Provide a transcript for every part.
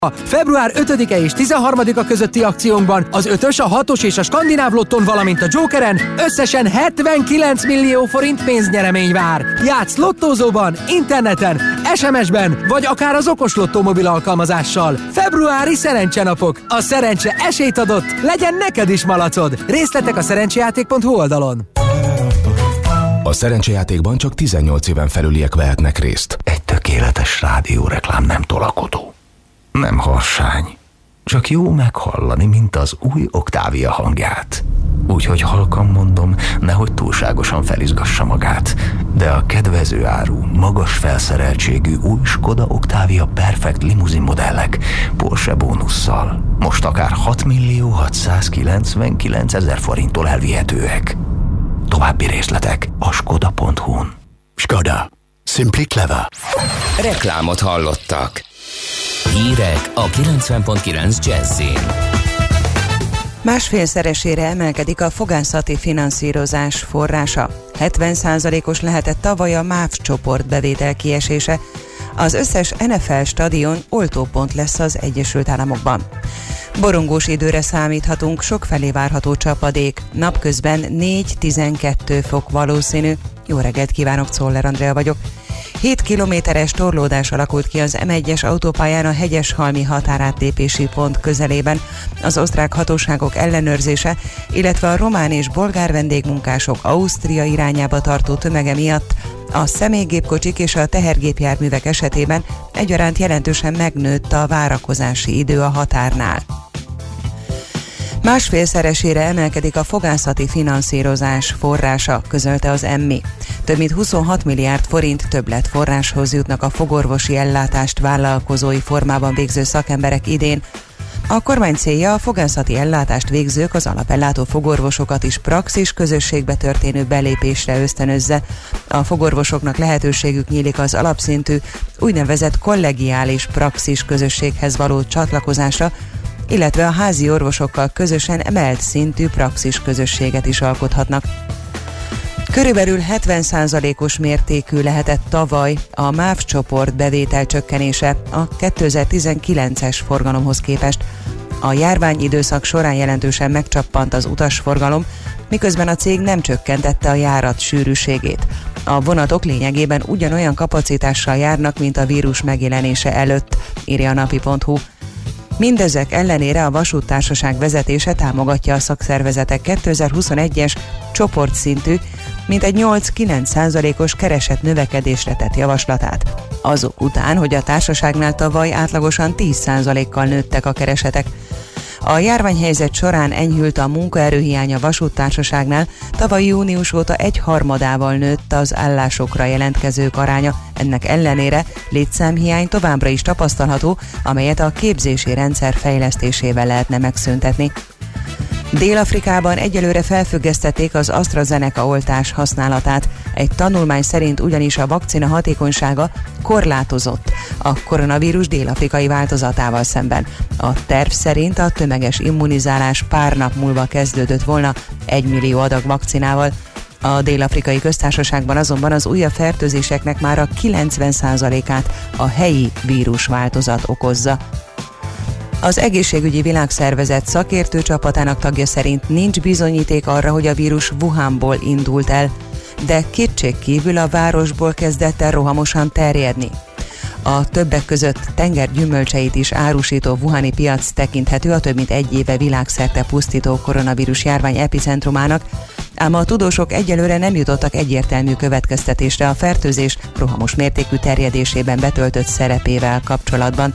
Február 5-e és 13-a közötti akciónkban az 5-ös, a 6-os és a skandináv lotton, valamint a Jokeren összesen 79 millió forint pénznyeremény vár. Játsz lottózóban, interneten, SMS-ben, vagy akár az okos lottó mobil alkalmazással. Februári szerencsenapok. A szerencse esélyt adott, legyen neked is malacod. Részletek a szerencsejáték.hu oldalon. A szerencsejátékban csak 18 éven felüliek vehetnek részt. Egy tökéletes rádióreklám nem tolakodó. Nem harsány. Csak jó meghallani, mint az új Octavia hangját. Úgyhogy halkan mondom, nehogy túlságosan felizgassa magát. De a kedvező áru, magas felszereltségű új Skoda Octavia Perfect limuzin modellek Porsche bónusszal most akár 6.699.000 forinttól elvihetőek. További részletek a skoda.hu-n. Skoda. Simply clever. Reklámot hallottak. Hírek a 90.9 Jazzin. Másfélszeresére emelkedik a fogászati finanszírozás forrása. 70%-os lehetett tavaly a MÁV csoport bevétel kiesése. Az összes NFL stadion oltópont lesz az Egyesült Államokban. Borongós időre számíthatunk, sokfelé várható csapadék. Napközben 4-12 fok valószínű. Jó reggelt kívánok, Czoller Andrea vagyok. 7 kilométeres torlódás alakult ki az M1-es autópályán a Hegyeshalmi határátlépési pont közelében. Az osztrák hatóságok ellenőrzése, illetve a román és bolgár vendégmunkások Ausztria irányába tartó tömege miatt a személygépkocsik és a tehergépjárművek esetében egyaránt jelentősen megnőtt a várakozási idő a határnál. Másfélszeresére emelkedik a fogászati finanszírozás forrása, közölte az EMMI. Több mint 26 milliárd forint többletforráshoz jutnak a fogorvosi ellátást vállalkozói formában végző szakemberek idén. A kormány célja a fogászati ellátást végzők, az alapellátó fogorvosokat is praxis közösségbe történő belépésre ösztönözze. A fogorvosoknak lehetőségük nyílik az alapszintű, úgynevezett kollegiális praxis közösséghez való csatlakozásra, illetve a házi orvosokkal közösen emelt szintű praxis közösséget is alkothatnak. Körülbelül 70%-os mértékű lehetett tavaly a MÁV csoport bevétel csökkenése a 2019-es forgalomhoz képest. A járványidőszak során jelentősen megcsappant az utasforgalom, miközben a cég nem csökkentette a járat sűrűségét. A vonatok lényegében ugyanolyan kapacitással járnak, mint a vírus megjelenése előtt, írja a napi.hu. Mindezek ellenére a vasúttársaság vezetése támogatja a szakszervezetek 2021-es csoportszintű, mintegy 8-9%-os keresett növekedésre tett javaslatát. Azok után, hogy a társaságnál tavaly átlagosan 10%-kal nőttek a keresetek. A járványhelyzet során enyhült a munkaerőhiány a vasúttársaságnál, tavaly június óta 1/3 nőtt az állásokra jelentkezők aránya. Ennek ellenére létszámhiány továbbra is tapasztalható, amelyet a képzési rendszer fejlesztésével lehetne megszüntetni. Dél-Afrikában egyelőre felfüggesztették az AstraZeneca oltás használatát. Egy tanulmány szerint ugyanis a vakcina hatékonysága korlátozott a koronavírus dél-afrikai változatával szemben. A terv szerint a tömeges immunizálás pár nap múlva kezdődött volna 1 millió adag vakcinával. A Dél-Afrikai Köztársaságban azonban az újabb fertőzéseknek már a 90%-át a helyi vírusváltozat okozza. Az Egészségügyi Világszervezet szakértő csapatának tagja szerint nincs bizonyíték arra, hogy a vírus Wuhanból indult el, de kétségkívül a városból kezdett el rohamosan terjedni. A többek között tengergyümölcseit is árusító wuhani piac tekinthető a több mint 1 éve világszerte pusztító koronavírus járvány epicentrumának, ám a tudósok egyelőre nem jutottak egyértelmű következtetésre a fertőzés rohamos mértékű terjedésében betöltött szerepével kapcsolatban.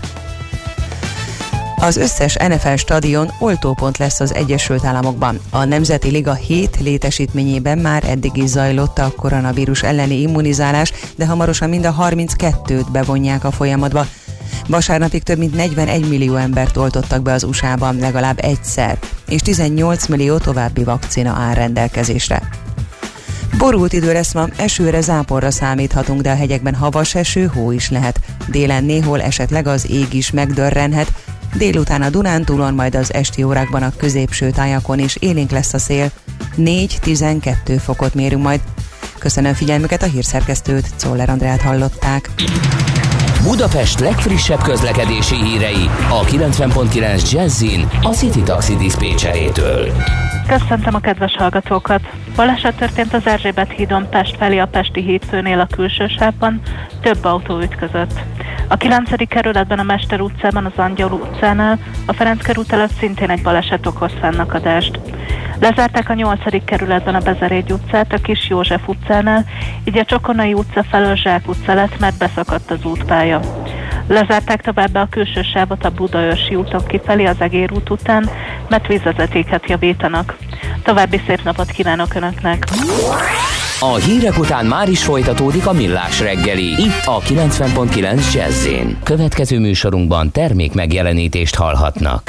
Az összes NFL stadion oltópont lesz az Egyesült Államokban. A Nemzeti Liga 7 létesítményében már eddig is zajlott a koronavírus elleni immunizálás, de hamarosan mind a 32-t bevonják a folyamatba. Vasárnapig több mint 41 millió embert oltottak be az USA-ban legalább egyszer, és 18 millió további vakcina áll rendelkezésre. Borult idő lesz ma, esőre, záporra számíthatunk, de a hegyekben havas eső, hó is lehet. Délen néhol esetleg az ég is megdörrenhet, délután a Dunántúlon, majd az esti órákban a középső tájakon is élénk lesz a szél. 4-12 fokot mérünk majd. Köszönöm figyelmüket, a hírszerkesztőt, Czoller Andreát hallották. Budapest legfrissebb közlekedési hírei a 90.9 Jazzin a City Taxi diszpécserétől. Köszöntöm a kedves hallgatókat! Baleset történt az Erzsébet hídon Pest felé a Pesti hídfőnél a külső sávban, több autó ütközött. A 9. kerületben a Mester utcában, az Angyal utcánál, a Ferenc körút előtt szintén egy baleset okoz fennakadást. Lezárták a 8. kerületben a Bezerégy utcát, a Kis József utcánál, így a Csokonai utca felől Zsák utca lett, mert beszakadt az útpálya. Lezárták továbbá a külső sávot a Budaörsi úton kifelé az Egér út után, mert vízvezetéket javítanak. További szép napot kívánok Önöknek! A hírek után már is folytatódik a Millás reggeli, itt a 90.9 Jazz-én. Következő műsorunkban termék megjelenítést hallhatnak.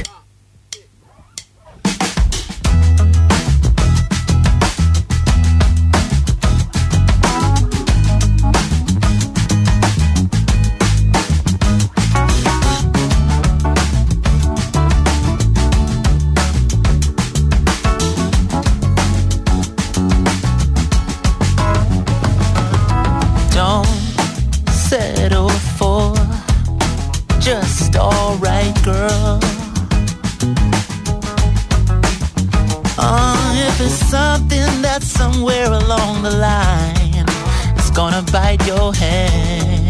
Somewhere along the line, it's gonna bite your hand.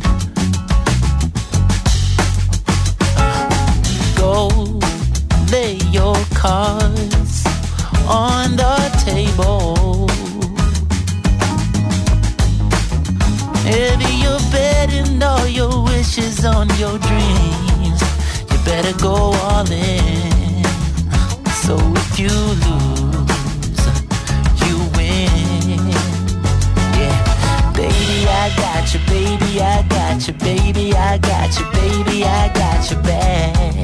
Go lay your cards on the table. If you're betting all your wishes on your dreams, you better go all in. So if you lose, I got you, baby, I got you, baby, I got you, baby, I got your back.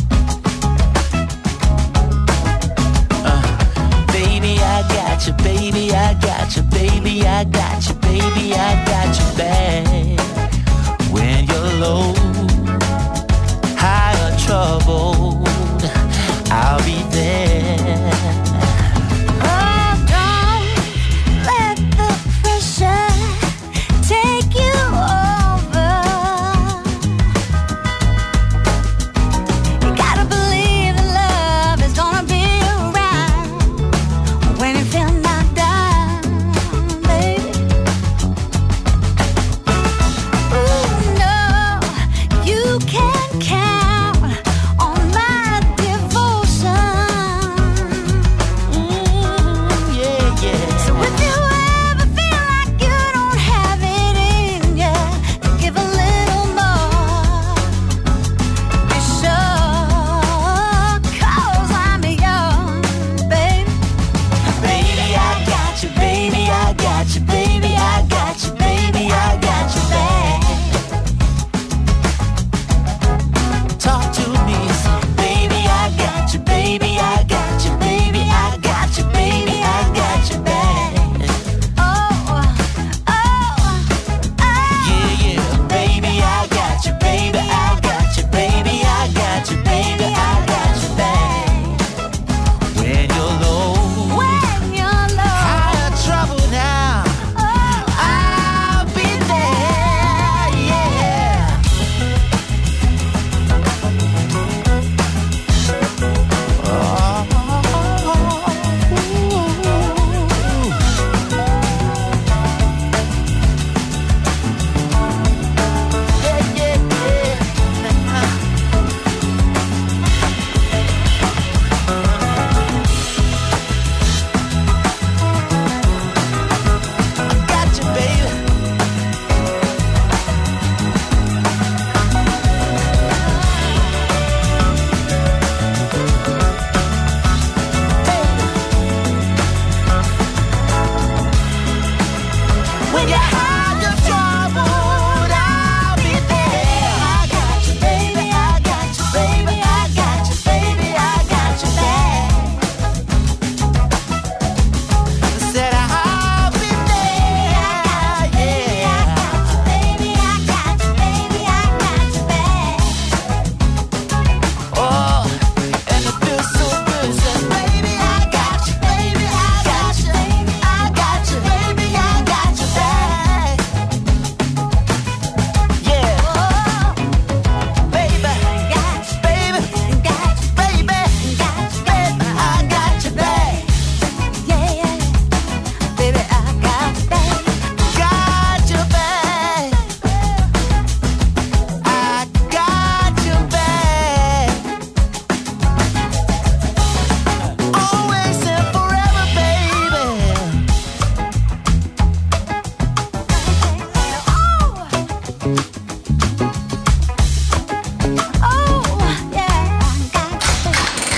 Baby, I got you, baby, I got you, baby, I got you, baby, I got your back. When you're low, high or troubled, I'll be there.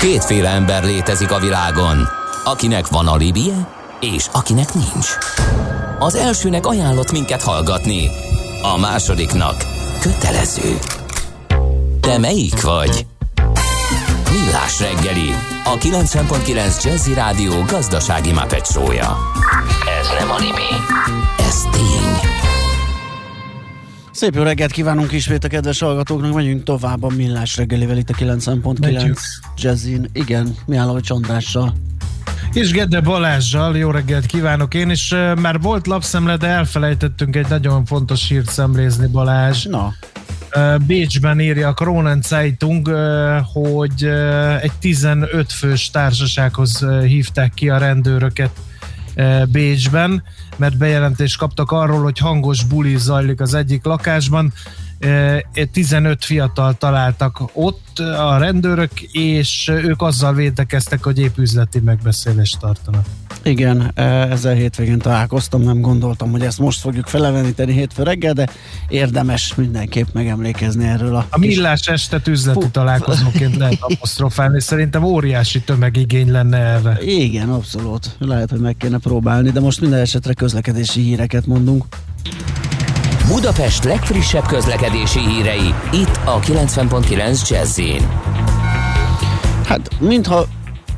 Kétféle ember létezik a világon, akinek van alibije, és akinek nincs. Az elsőnek ajánlott minket hallgatni, a másodiknak kötelező. Te melyik vagy? Millás reggeli, a 90.9 Jazzy Rádió gazdasági Muppet show-ja. Ez nem anime, ez tény. Szép jó reggelt kívánunk ismét a kedves hallgatóknak, megyünk tovább a Millás reggelivel itt a 90.9 Jazzin. Igen, Mihálovics Andrással. És Gede Balázsjal, jó reggelt kívánok én, és már volt lapszemle, de elfelejtettünk egy nagyon fontos hírt szemlézni, Balázs. Na. Bécsben írja a Kronen Zeitung, hogy egy 15 fős társasághoz hívták ki a rendőröket Bécsben, mert bejelentést kaptak arról, hogy hangos buli zajlik az egyik lakásban. 15 fiatal találtak ott a rendőrök, és ők azzal védekeztek, hogy épp üzleti megbeszélést tartanak. Igen, ezzel hétvégén találkoztam, nem gondoltam, hogy ezt most fogjuk feleveníteni hétfő reggel, de érdemes mindenképp megemlékezni erről a Millás estet üzleti találkozóként lehet apostrofálni, szerintem óriási tömegigény lenne erre. Igen, abszolút, lehet, hogy meg kéne próbálni, de most minden esetre közlekedési híreket mondunk. Budapest legfrissebb közlekedési hírei, itt a 90.9 Jazzin. Hát, mintha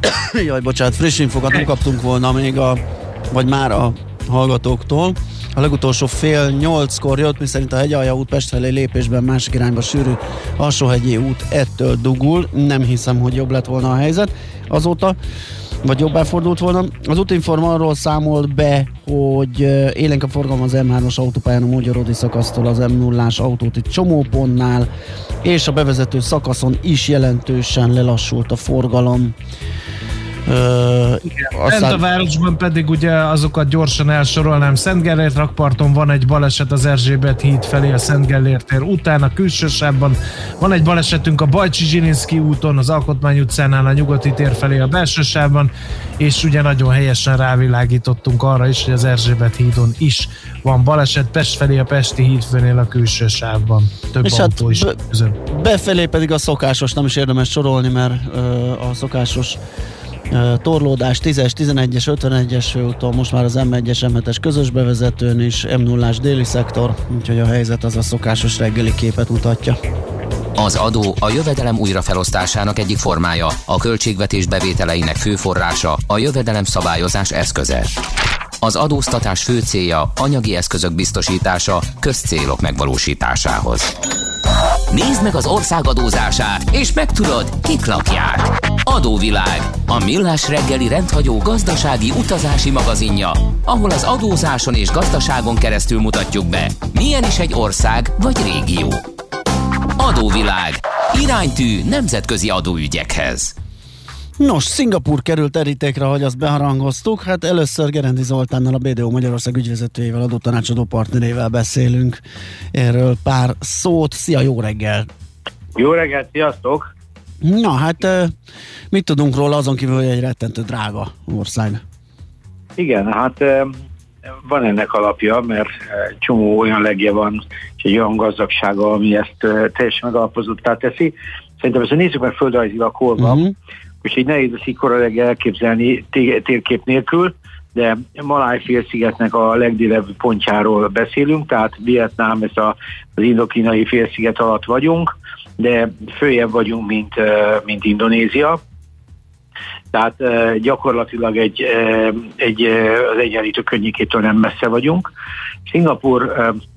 friss infokat nem kaptunk volna még vagy már a hallgatóktól. A legutolsó 7:30 jött, miszerint a Hegyalja út Pest felé lépésben másik irányba sűrű Alsóhegyi út ettől dugul. Nem hiszem, hogy jobb lett volna a helyzet azóta, vagy jobbá fordult volna. Az Útinform arról számolt be, hogy élénk a forgalom az M3-as autópályán a Magyaródi szakasztól az M0-ás autóúti csomópontnál, és a bevezető szakaszon is jelentősen lelassult a forgalom. Bent a városban pedig ugye azokat gyorsan elsorolnám. Szent Gellért rakparton van egy baleset az Erzsébet híd felé a Szent Gellért tér után, a külső sávban van egy balesetünk a Bajcsi-Zsilinszky úton, az Alkotmány utcánál a Nyugati tér felé a belső sávban, és ugye nagyon helyesen rávilágítottunk arra is, hogy az Erzsébet hídon is van baleset, Pest felé a Pesti hídfőnél a külső sávban. Több és autó hát is között. Befelé pedig a szokásos, nem is érdemes sorolni, mert a szokásos torlódás 10-es, 11-es, 51-es főúton, most már az M1-es, M7-es közös bevezetőn is, M0-ás déli szektor, úgyhogy a helyzet az a szokásos reggeli képet mutatja. Az adó a jövedelem újrafelosztásának egyik formája, a költségvetés bevételeinek fő forrása, a jövedelem szabályozás eszköze. Az adóztatás fő célja anyagi eszközök biztosítása közcélok megvalósításához. Nézd meg az ország adózását, és megtudod, kik lakják. Adóvilág, a Millás reggeli rendhagyó gazdasági utazási magazinja, ahol az adózáson és gazdaságon keresztül mutatjuk be, milyen is egy ország vagy régió. Adóvilág, iránytű nemzetközi adóügyekhez. Nos, Szingapúr került terítékre, hogy azt beharangoztuk. Hát először Gerendi Zoltánnal, a BDO Magyarország ügyvezetőjével, adótanácsadó partnerével beszélünk erről pár szót. Szia, jó reggel! Jó reggelt, sziasztok! Na hát, mit tudunk róla azon kívül, hogy egy rettentő drága ország? Igen, hát van ennek alapja, mert csomó olyan legje van, és egy olyan gazdagsága, ami ezt teljesen megalapozottá teszi. Szerintem ezt nézzük meg földrajzilag hol van, úgyhogy nehéz ezt így korábban elképzelni térkép nélkül, de Maláj-félszigetnek a legdélebbi pontjáról beszélünk, tehát Vietnám, ez az indokínai félsziget alatt vagyunk, de följebb vagyunk, mint Indonézia. Tehát gyakorlatilag az Egyenlítő környékétől nem messze vagyunk. Szingapúr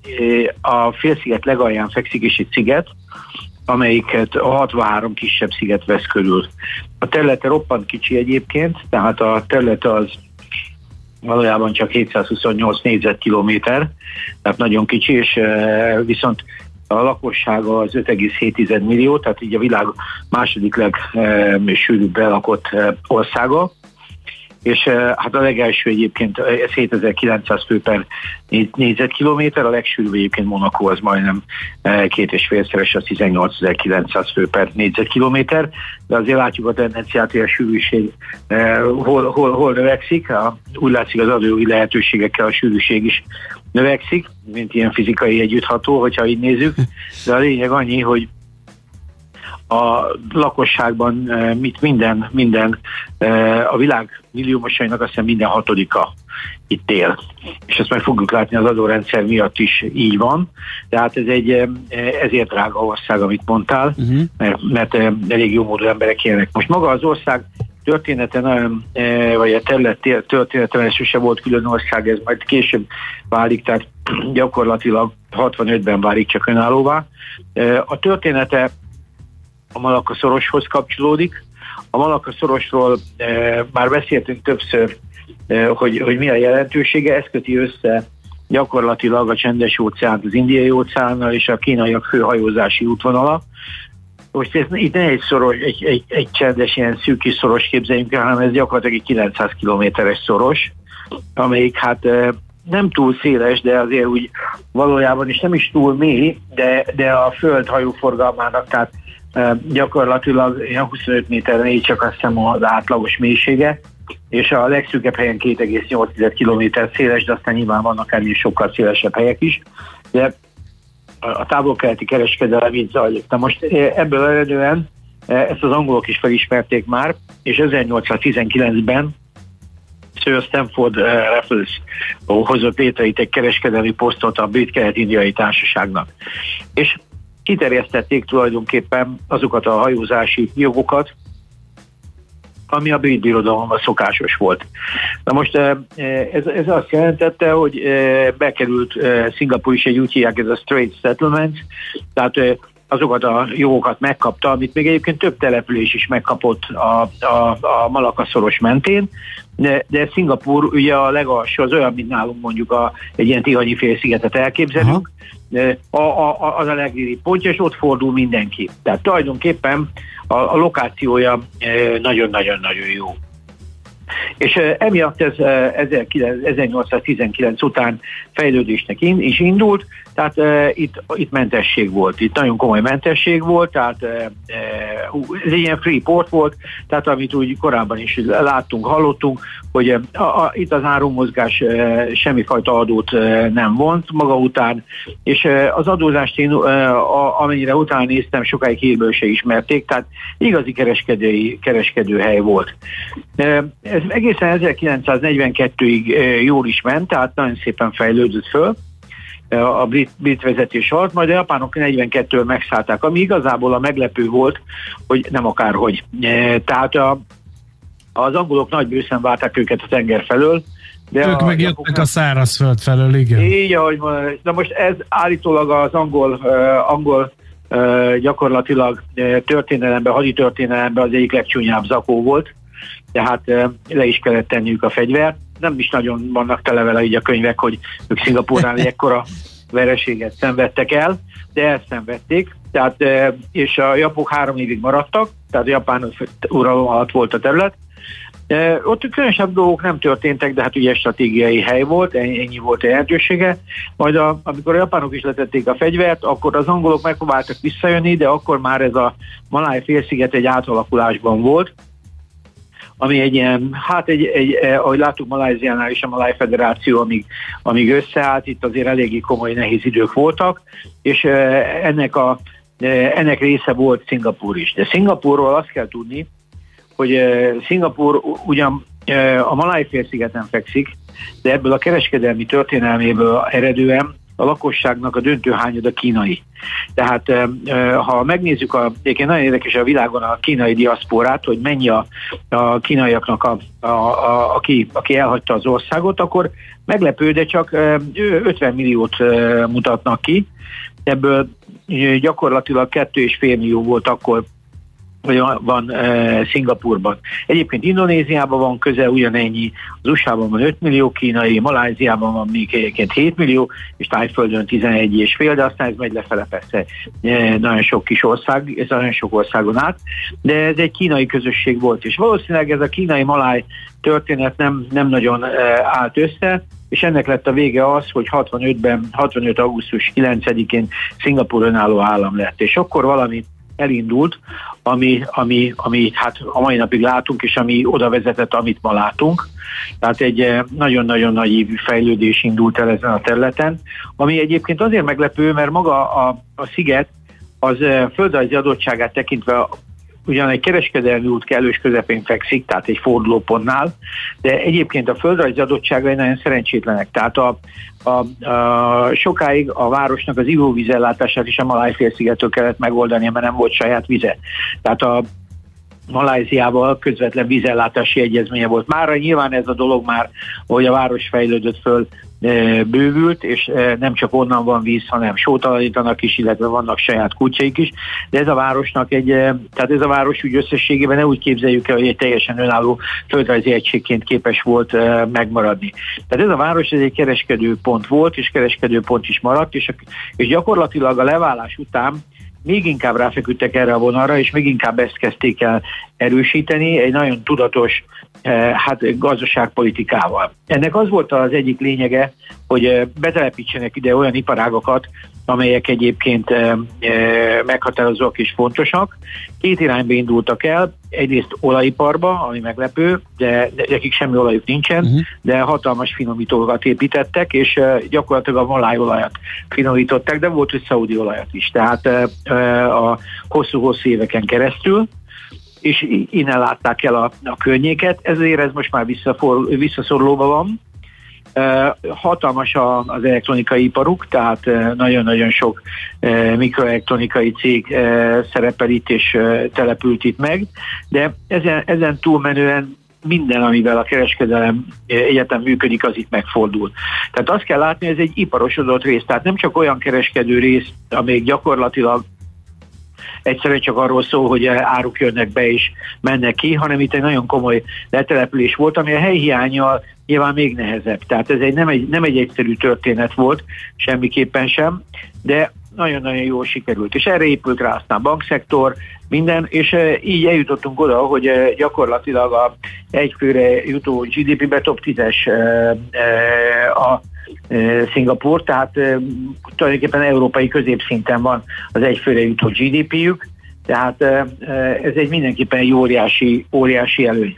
a félsziget legalján fekszik, és egy sziget, amelyiket a 63 kisebb sziget vesz körül. A területe roppant kicsi egyébként, tehát a területe az valójában csak 728 négyzetkilométer, tehát nagyon kicsi, és viszont a lakossága az 5,7 millió, tehát így a világ második legsűrűbb belakott országa, és hát a legelső egyébként 7900 fő per négyzetkilométer, a legsűrűbb egyébként Monaco, az majdnem 2,5-szeres, az 18900 fő per négyzetkilométer, de azért látjuk a tendenciát, hogy a sűrűség hol növekszik, úgy látszik az adójogi lehetőségekkel a sűrűség is növekszik, mint ilyen fizikai együttható, hogyha így nézzük, de a lényeg annyi, hogy a lakosságban minden a világ milliómosainak azt hiszem minden 6. itt él. És ezt meg fogjuk látni az adórendszer miatt is így van. Tehát ez ezért drága ország, amit mondtál, mert elég jó módú emberek élnek. Most maga az ország története nagyon, vagy a terület története, ez sose volt külön ország, ez majd később válik, tehát gyakorlatilag 65-ben válik csak önállóvá. A története a Malacca-szoroshoz kapcsolódik. A Malacca-szorosról már beszéltünk többször, hogy mi a jelentősége, ez köti össze gyakorlatilag a Csendes-óceánt az Indiai-óceánnal és a kínaiak főhajózási útvonala. Most itt ne egy csendes, ilyen szűk kis szoros képzeljünk el, hanem ez gyakorlatilag egy 900 kilométeres szoros, amelyik hát nem túl széles, de azért úgy valójában is nem is túl mély, de a föld hajóforgalmának, tehát gyakorlatilag ilyen 25 méterre így csak azt hiszem az átlagos mélysége, és a legszűkebb helyen 2,8 kilométer széles, de aztán nyilván vannak ennél sokkal szélesebb helyek is, de a távol-keleti kereskedelem így zajlik. Na most ebből eredően ezt az angolok is felismerték már, és 1819-ben Sir Stamford Raffles hozott létre itt egy kereskedelmi posztot a Brit Kelet-Indiai Társaságnak. És kiterjesztették tulajdonképpen azokat a hajózási jogokat, ami a brit birodalomban szokásos volt. Na most ez azt jelentette, hogy bekerült Szingapúr is, úgy hívják, ez a Strait Settlement, tehát azokat a jogokat megkapta, amit még egyébként több település is megkapott a Malacca-szoros mentén, de Szingapúr ugye a legalsó, az olyan, mint nálunk mondjuk egy ilyen Tihanyi félszigetet elképzelünk, az a leggyűrűbb pontja, és ott fordul mindenki. Tehát tulajdonképpen a lokációja nagyon-nagyon-nagyon jó. És emiatt ez 1819 után fejlődésnek is indult, tehát itt mentesség volt, itt nagyon komoly mentesség volt, tehát ez egy ilyen free port volt, tehát amit úgy korábban is láttunk, hallottunk, hogy itt az árumozgás semmifajta adót nem vont maga után, és az adózást én amennyire utána néztem, sokáig hírből se ismerték, tehát igazi kereskedőhely volt. Ez egészen 1942-ig jól is ment, tehát nagyon szépen fejlődött föl a brit vezetés alatt, majd a japánok 42-től megszállták, ami igazából a meglepő volt, hogy nem akárhogy. Tehát az angolok nagy bőszen várták őket a tenger felől, de ők meg jöttek a szárazföld felől, igen. Így, ahogy mondani. Na most ez állítólag az angol gyakorlatilag történelemben, haditörténelemben az egyik legcsúnyább zakó volt, tehát le is kellett tenniük a fegyvert. Nem is nagyon vannak tele vele így a könyvek, hogy ők Szingapúrnál egy ekkora vereséget szenvedtek el, de elszenvedték, tehát, és a japánok 3 évig maradtak, tehát a japán uralom alatt volt a terület. Ott különösebb dolgok nem történtek, de hát ugye stratégiai hely volt, ennyi volt a jelentősége. Majd amikor a japánok is letették a fegyvert, akkor az angolok megpróbáltak visszajönni, de akkor már ez a Maláj félsziget egy átalakulásban volt, ami egy ilyen, ahogy láttuk Malajziánál is a Maláj Federáció, amíg összeállt, itt azért eléggé komoly nehéz idők voltak, és ennek része volt Szingapúr is. De Szingapúrról azt kell tudni, hogy Szingapúr ugyan a Maláj félszigeten fekszik, de ebből a kereskedelmi történelméből eredően a lakosságnak a döntő hányada kínai. Tehát ha megnézzük, egyébként nagyon érdekes a világon a kínai diaszporát, hogy mennyi a kínaiaknak, aki elhagyta az országot, akkor meglepő, de csak 50 milliót mutatnak ki. Ebből gyakorlatilag 2,5 millió volt akkor, vagy van Szingapúrban. Egyébként Indonéziában van közel ugyanennyi, az USA-ban van 5 millió kínai, Malajziában van még egyébként 7 millió, és Tájföldön 11,5, de aztán ez megy lefele persze nagyon sok kis ország, ez nagyon sok országon át, de ez egy kínai közösség volt, és valószínűleg ez a kínai-maláj történet nem nagyon állt össze, és ennek lett a vége az, hogy 65 augusztus 9-én Szingapúr önálló állam lett, és akkor valami elindult, ami hát a mai napig látunk, és ami oda vezetett, amit ma látunk. Tehát egy nagyon-nagyon nagy fejlődés indult el ezen a területen, ami egyébként azért meglepő, mert maga a sziget az földrajzi adottságát tekintve ugyan egy kereskedelmi út kellős közepén fekszik, tehát egy fordulópontnál, de egyébként a földrajzi adottságai nagyon szerencsétlenek. Tehát sokáig a városnak az ivóvízellátását is a Maláj-félszigettől kellett megoldania, mert nem volt saját vize. Tehát a Malajziával közvetlen vízellátási egyezménye volt. Mára nyilván ez a dolog már, ahogy a város fejlődött föl, bővült, és nem csak onnan van víz, hanem sótalanítanak is, illetve vannak saját kutyáik is, de ez a városnak tehát ez a város úgy összességében ne úgy képzeljük el, hogy egy teljesen önálló földrajzi egységként képes volt megmaradni. Tehát ez a város ez egy kereskedőpont volt, és kereskedőpont is maradt, és gyakorlatilag a leválás után még inkább ráfeküdtek erre a vonalra, és még inkább ezt kezdték el erősíteni egy nagyon tudatos gazdaságpolitikával. Ennek az volt az egyik lényege, hogy betelepítsenek ide olyan iparágokat, amelyek egyébként meghatározóak és fontosak. Két irányba indultak el, egyrészt olajiparba, ami meglepő, de nekik semmi olajuk nincsen, de hatalmas finomítókat építettek, és gyakorlatilag a malájolajat finomították, de volt, hogy szaudi olajat is. Tehát a hosszú-hosszú éveken keresztül, és innen látták el a környéket, ezért ez most már visszaszorulóban van. Hatalmas az elektronikai iparuk, tehát nagyon-nagyon sok mikroelektronikai cég szerepel itt és települt itt meg, de ezen túlmenően minden, amivel a kereskedelem egyetem működik, az itt megfordul. Tehát azt kell látni, ez egy iparosodott rész, tehát nem csak olyan kereskedő rész, amelyik gyakorlatilag egyszerűen csak arról szól, hogy áruk jönnek be és mennek ki, hanem itt egy nagyon komoly letelepülés volt, ami a helyhiánnyal nyilván még nehezebb. Tehát ez nem egy egyszerű történet volt, semmiképpen sem, de nagyon-nagyon jól sikerült. És erre épült rá aztán bankszektor, minden, és így eljutottunk oda, hogy gyakorlatilag a egyfőre jutó GDP-be top 10-es a Szingapúr, tehát tulajdonképpen európai középszinten van az egyfőre jutó GDP-jük, tehát ez egy mindenképpen egy óriási előny.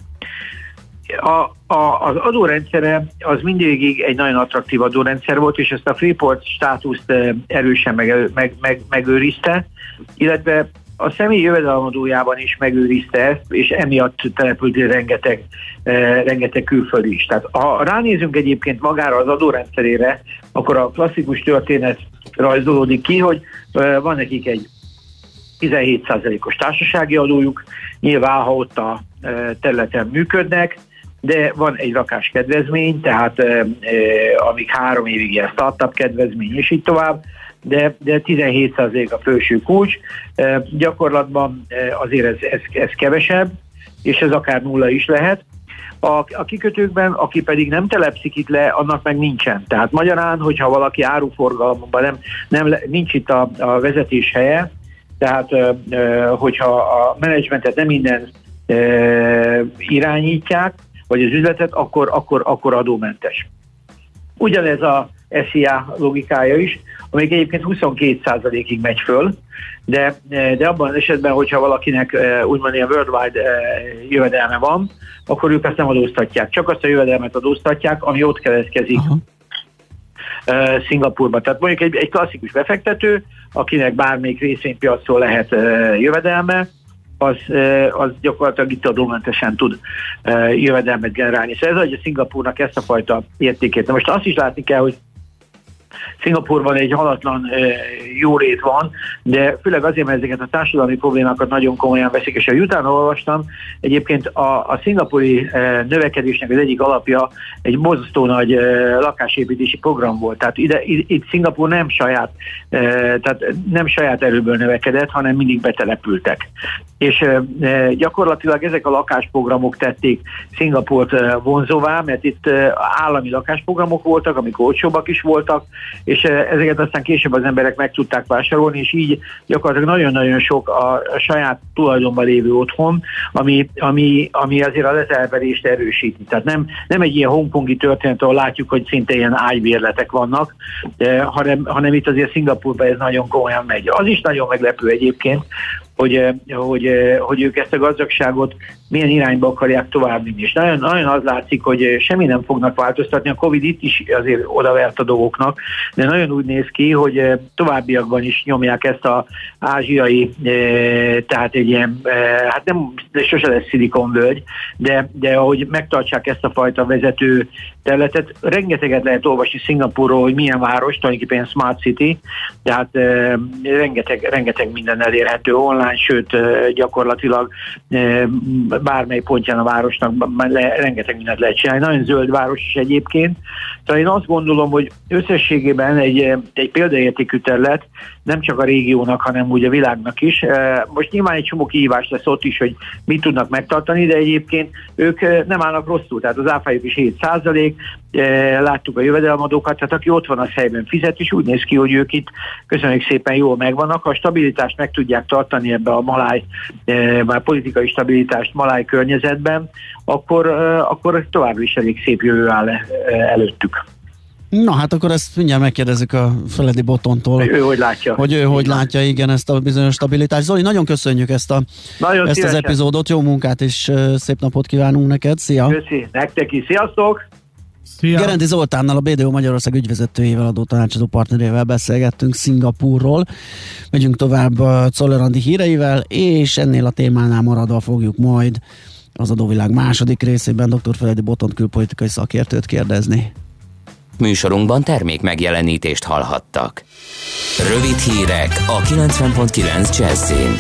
Az adórendszere az mindvégig egy nagyon attraktív adórendszer volt, és ezt a Freeport státuszt erősen megőrizte, illetve a személyi jövedelemadójában is megőrizte ezt, és emiatt települt rengeteg külföldi is. Tehát ha ránézünk egyébként magára az adórendszerére, akkor a klasszikus történet rajzolódik ki, hogy van nekik egy 17%-os társasági adójuk, nyilván ha ott a területen működnek, de van egy rakás kedvezmény, tehát amíg 3 évig ilyen startup kedvezmény, és így tovább, de 17% a felső kulcs. Gyakorlatban azért ez kevesebb, és ez akár nulla is lehet. A kikötőkben, aki pedig nem telepszik itt le, annak meg nincsen. Tehát magyarán, hogyha valaki áruforgalomban nincs itt a vezetés helye, tehát hogyha a menedzsmentet nem minden irányítják, vagy az üzletet, akkor adómentes. Ugyanez a SZIA logikája is, amelyik egyébként 22%-ig megy föl, de abban az esetben, hogyha valakinek úgymond ilyen worldwide jövedelme van, akkor ők ezt nem adóztatják. Csak azt a jövedelmet adóztatják, ami ott keletkezik Szingapúrban. Tehát mondjuk egy klasszikus befektető, akinek bármelyik részvénypiacról lehet jövedelme, az gyakorlatilag itt adómentesen tud jövedelmet generálni. Szóval ez adja Szingapúrnak ezt a fajta értékét. Na most azt is látni kell, hogy Szingapúrban egy halatlan jólét van, de főleg azért, mert ezeket a társadalmi problémákat nagyon komolyan veszik, és ahogy utána olvastam, egyébként a szingapúri növekedésnek az egyik alapja egy borzasztó nagy lakásépítési program volt. Tehát itt Szingapúr nem saját erőből növekedett, hanem mindig betelepültek. És gyakorlatilag ezek a lakásprogramok tették Szingapúrt vonzóvá, mert itt állami lakásprogramok voltak, amik olcsóbbak is voltak, és ezeket aztán később az emberek meg tudták vásárolni, és így gyakorlatilag nagyon-nagyon sok a saját tulajdonban lévő otthon, ami azért a letelepedést erősíti. Tehát nem egy ilyen hongkongi történet, ahol látjuk, hogy szinte ilyen ágybérletek vannak, hanem itt azért Szingapúrban ez nagyon komolyan megy. Az is nagyon meglepő egyébként, hogy ők ezt a gazdagságot milyen irányba akarják továbbvinni. És nagyon, nagyon az látszik, hogy semmi nem fognak változtatni. A Covid itt is azért odavert a dolgoknak, de nagyon úgy néz ki, hogy továbbiakban is nyomják ezt az ázsiai, tehát egy ilyen, hát nem, sose lesz szilikonvölgy, de ahogy megtartsák ezt a fajta vezető területet, rengeteget lehet olvasni Szingapúrról, hogy milyen város, tulajdonképpen Smart City, tehát rengeteg minden elérhető online, sőt gyakorlatilag bármely pontján a városnak rengeteg mindent lehet csinálni. Nagyon zöld város is egyébként. Tehát én azt gondolom, hogy összességében egy példaértékű terület, nem csak a régiónak, hanem úgy a világnak is. Most nyilván egy csomó kihívás lesz ott is, hogy mit tudnak megtartani, de egyébként ők nem állnak rosszul. Tehát az áfájuk is 7%, láttuk a jövedelemadókat, tehát aki ott van a helyben fizet, és úgy néz ki, hogy ők itt köszönjük szépen jól megvannak. Ha a stabilitást meg tudják tartani ebbe a maláj, már politikai stabilitást maláj környezetben, akkor továbbra is elég szép jövő áll előttük. Na hát akkor ezt mindjárt megkérdezzük a Feledi Botontól. Ő hogy látja. Hogy ő hogy látja, igen, ezt a bizonyos stabilitást. Zoli, nagyon köszönjük ezt az epizódot, jó munkát és szép napot kívánunk neked. Szia! Köszi, nektek is, sziasztok! Szia. Gerendi Zoltánnal, a BDO Magyarország ügyvezetőjével, adótanácsadó partnerével beszélgettünk Szingapúrról. Megyünk tovább Czoller Andi híreivel, és ennél a témánál maradva fogjuk majd az adóvilág második részében dr. Feledi Botont külpolitikai szakértőt kérdezni. Műsorunkban termék megjelenítést hallhattak. Rövid hírek a 90.9 Jazzin.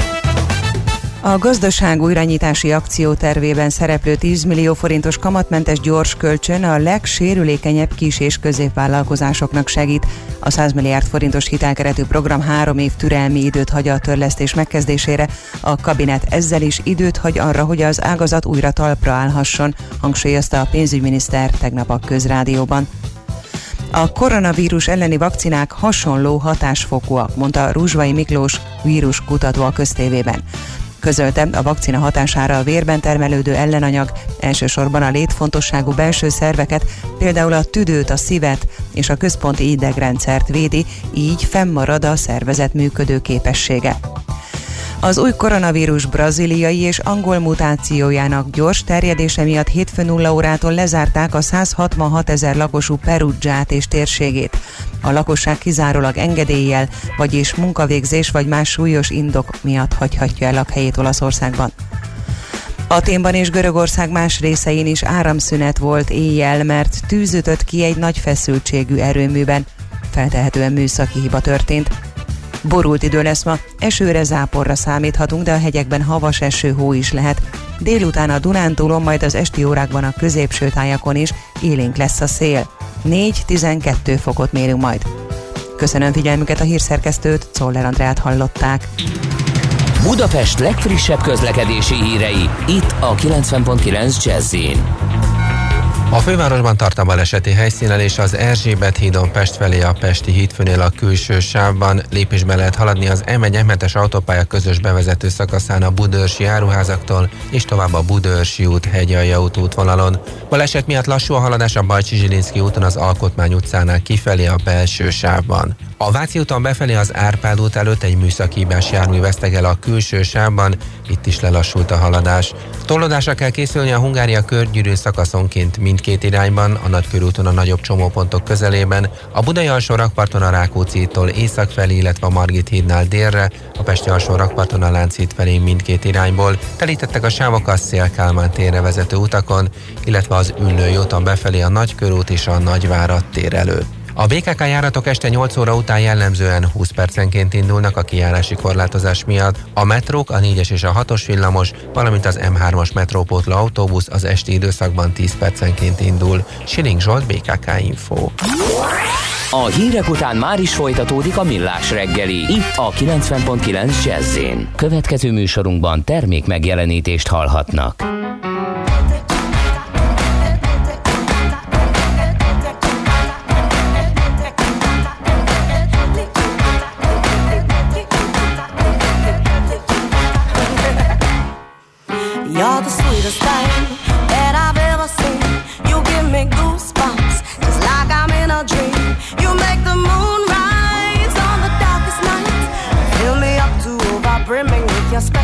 A gazdaság újranyitási akciótervében szereplő 10 millió forintos kamatmentes gyors kölcsön a legsérülékenyebb kis- és középvállalkozásoknak segít. A 100 milliárd forintos hitelkeretű program 3 év türelmi időt hagy a törlesztés megkezdésére. A kabinet ezzel is időt hagy arra, hogy az ágazat újra talpra állhasson, hangsúlyozta a pénzügyminiszter tegnap a Közrádióban. A koronavírus elleni vakcinák hasonló hatásfokúak, mondta Ruzsvai Miklós víruskutató a Köztévében. Közölte, a vakcina hatására a vérben termelődő ellenanyag elsősorban a létfontosságú belső szerveket, például a tüdőt, a szívet és a központi idegrendszert védi, így fennmarad a szervezet működő képessége. Az új koronavírus brazíliai és angol mutációjának gyors terjedése miatt hétfőn 0 órától lezárták a 166 000 lakosú Perugiát és térségét. A lakosság kizárólag engedéllyel, vagyis munkavégzés vagy más súlyos indok miatt hagyhatja el lakhelyét Olaszországban. Athénban és Görögország más részein is áramszünet volt éjjel, mert tűz ütött ki egy nagy feszültségű erőműben. Feltehetően műszaki hiba történt. Borult idő lesz ma, esőre, záporra számíthatunk, de a hegyekben havas eső, hó is lehet. Délután a Dunántúlon, majd az esti órákban a középső tájakon is élénk lesz a szél. 4-12 fokot mérünk majd. Köszönöm figyelmüket, a hírszerkesztőt, Czoller Andrát hallották. Budapest legfrissebb közlekedési hírei, itt a 90.9 Jazz-in. A fővárosban tart a baleseti helyszínen, és az Erzsébet hídon Pest felé a Pesti hídfőnél a külső sávban lépésbe lehet haladni az M1-es autópálya közös bevezető szakaszán a Budaörsi áruházaktól és tovább a Budaörsi út Hegyalja út útvonalon. Baleset miatt lassú a haladás a Bajcsy-Zsilinszky úton az Alkotmány utcánál kifelé a belső sávban. A Váci úton befelé az Árpád út előtt egy műszaki hibás jármű vesztegel a külső sávban, itt is lelassult a haladás. Tolódásra kell készülni a Hungária körgyűrűn szakaszonként mindkét irányban, a Nagykörúton a nagyobb csomópontok közelében, a Budai alsó rakparton a Rákóczi-tól észak felé, illetve a Margit hídnál délre, a Pesti alsó rakparton a Lánchíd felé mindkét irányból. Telítettek a sávok a Széll-Kálmán térre vezető utakon, illetve az Üllői úton befelé a Nagykörút és a Nagyvárad tér előtt. A BKK járatok este 8 óra után jellemzően 20 percenként indulnak a kijárási korlátozás miatt. A metrók, a 4-es és a 6-os villamos, valamint az M3-as metrópótló autóbusz az esti időszakban 10 percenként indul. Siling Zsolt, BKK Info. A hírek után már is folytatódik a Millás reggeli, itt a 90.9 Jazz-én. Következő műsorunkban termék megjelenítést hallhatnak. You're the sweetest thing that I've ever seen. You give me goosebumps, just like I'm in a dream. You make the moon rise on the darkest night. Fill me up to over brimming with your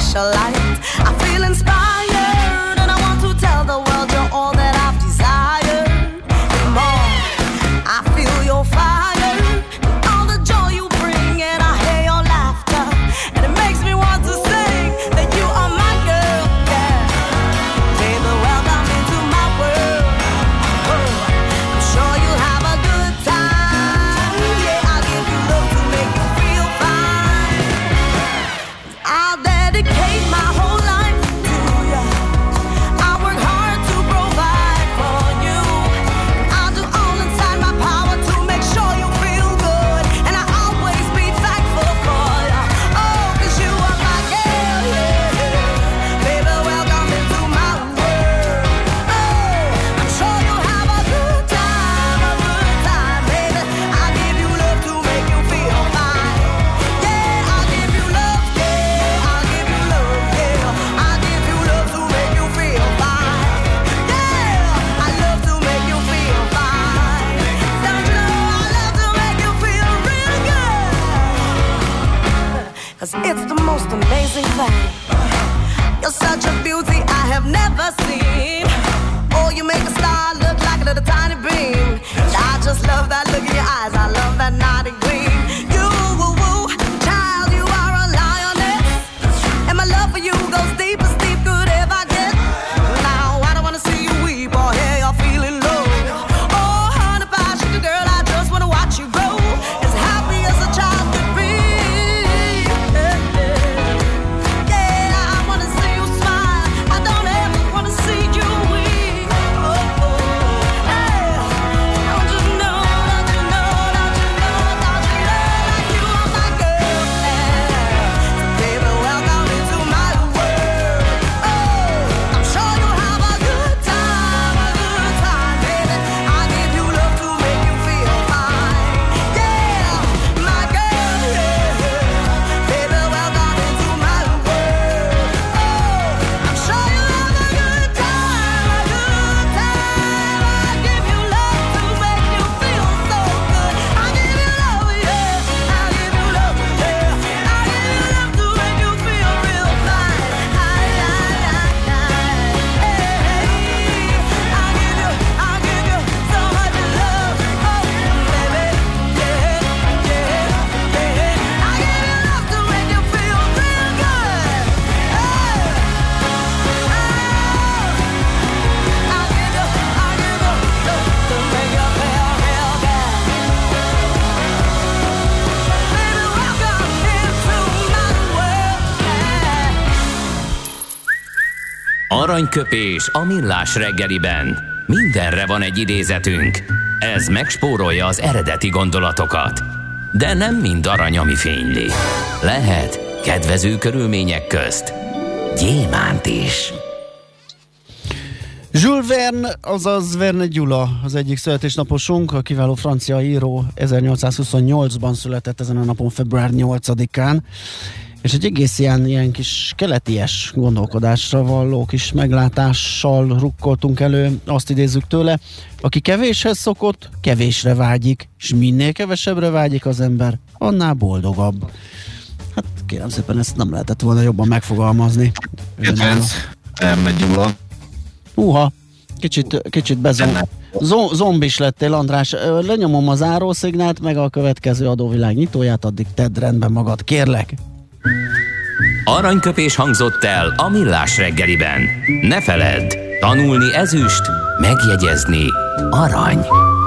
socialite. I feel inspired and I want to tell the world you're all that I've desired and more. I feel your fire and all the joy you bring, and I hear your laughter, and it makes me want to sing that you are my girl, yeah. Baby, welcome into my world. I'm sure you'll have a good time. Yeah, I'll give you love to make you feel fine. I'll dedicate my whole life to you. I work hard to provide for you. I'll do all inside my power to make sure you feel good, and I'll always be thankful for you. Oh, 'cause you are my girl, yeah. Baby, welcome into my world. Oh, I'm sure you'll have a good time, baby. I'll give you love to make you feel fine. Yeah, I'll give you love, yeah. I'll give you love, yeah. I'll give you love to make you feel fine. Yeah, I love to make you feel fine. Don't you know I love to make you feel real good? 'Cause it's the most amazing thing. You're such a beauty I have never seen. Oh, you make a star look like a little tiny beam. And I just love that look in your eyes. I love that naughty gleam. You, woo, woo, child, you are a lioness. And my love for you goes deep as deep could ever get. Now, I don't wanna see you weep or hear you're feeling low. Oh, honey pie, sugar girl, I just wanna watch you grow as happy as a child could be. Yeah, I wanna see you smile. I don't ever wanna see you weep. Oh, hey, don't you know, don't you know, don't you know, don't you know that you are my girl? Baby, welcome into my world. Oh, I'm sure you'll have a good time, baby. I'll give you love to make you feel fine. Yeah, my girl, yeah. Baby, welcome into my world. Oh, I'm sure you'll have a good time, I'll give you love to make you feel so good. I'll give you love, yeah. I'll give you love, yeah. I'll give you love to make you feel real fine. Hey, I'll give you so much love, oh baby, yeah, yeah, yeah. I'll give you love to make you feel real good. I'll give you love to make you feel real good. Baby, welcome into my world. Aranyköpés a millás reggeliben. Mindenre van egy idézetünk. Ez megspórolja az eredeti gondolatokat. De nem mind arany, ami fényli. Lehet kedvező körülmények közt gyémánt is. Jules Verne, azaz Verne Gyula, az egyik születésnaposunk, a kiváló francia író 1828-ban született ezen a napon, február 8-án, és egy egész ilyen kis keleties gondolkodásra valló kis meglátással rukkoltunk elő, azt idézzük tőle: aki kevéshez szokott, kevésre vágyik, és minél kevesebbre vágyik az ember, annál boldogabb. Hát kérem szépen, ezt nem lehetett volna jobban megfogalmazni. Kedvenc, Verne Gyula. Kicsit zombis lettél, András. Lenyomom a zárószignált, meg a következő adóvilág nyitóját, addig tedd rendben magad, kérlek. Aranyköpés hangzott el a millás reggeliben. Ne feledd, tanulni ezüst, megjegyezni arany.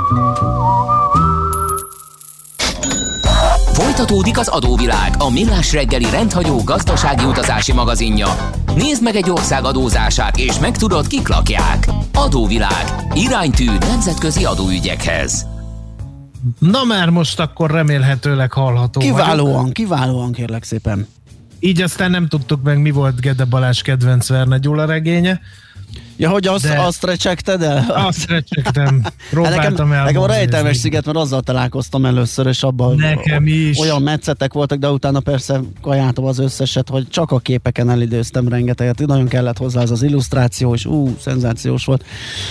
Folytatódik az adóvilág, a millás reggeli rendhagyó gazdasági utazási magazinja. Nézd meg egy ország adózását, és megtudod, kik lakják. Adóvilág. Iránytű nemzetközi adóügyekhez. Na már most akkor remélhetőleg hallható. Kiválóan, kérlek szépen. Így aztán nem tudtuk meg, mi volt Gede Balázs kedvenc Verne Gyula regénye. Ja, hogy azt recsegted el? Azt recsegtem. Próbáltam el. Nekem a Rejtelmes sziget, mert azzal találkoztam először, és abban nekem is olyan metszetek voltak, de utána persze kajáltam az összeset, hogy csak a képeken elidőztem rengeteget. Nagyon kellett hozzá az illusztráció, és szenzációs volt.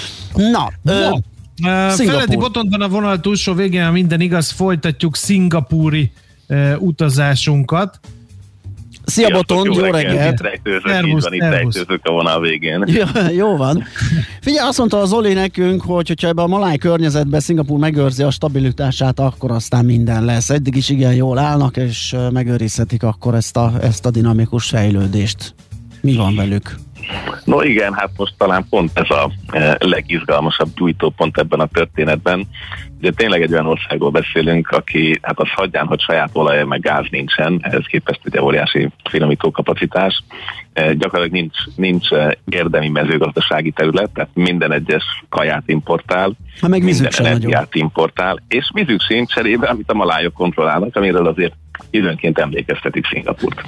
Feledi Botondon a vonal túlsó végén, ha minden igaz, folytatjuk szingapúri utazásunkat. Szia Botond, jó reggelt! Itt rejtőzök a vonal végén. Jó van. Figyelj, azt mondta az Zoli nekünk, hogyha ebben a maláj környezetben Szingapúr megőrzi a stabilitását, akkor aztán minden lesz. Eddig is igen jól állnak, és megőrizhetik akkor ezt a dinamikus fejlődést. Mi van velük? No igen, hát most talán pont ez a legizgalmasabb gyújtópont ebben a történetben. Ugye tényleg egy olyan országról beszélünk, aki, hát azt hagyján, hogy saját olaj meg gáz nincsen, ehhez képest ugye óriási finomító kapacitás. Gyakorlatilag nincs érdemi mezőgazdasági terület, tehát minden egyes kaját importál, minden energiát importál, és vízük sincs cserébe, amit a malájok kontrollálnak, amiről azért időnként emlékeztetik Szingapurt.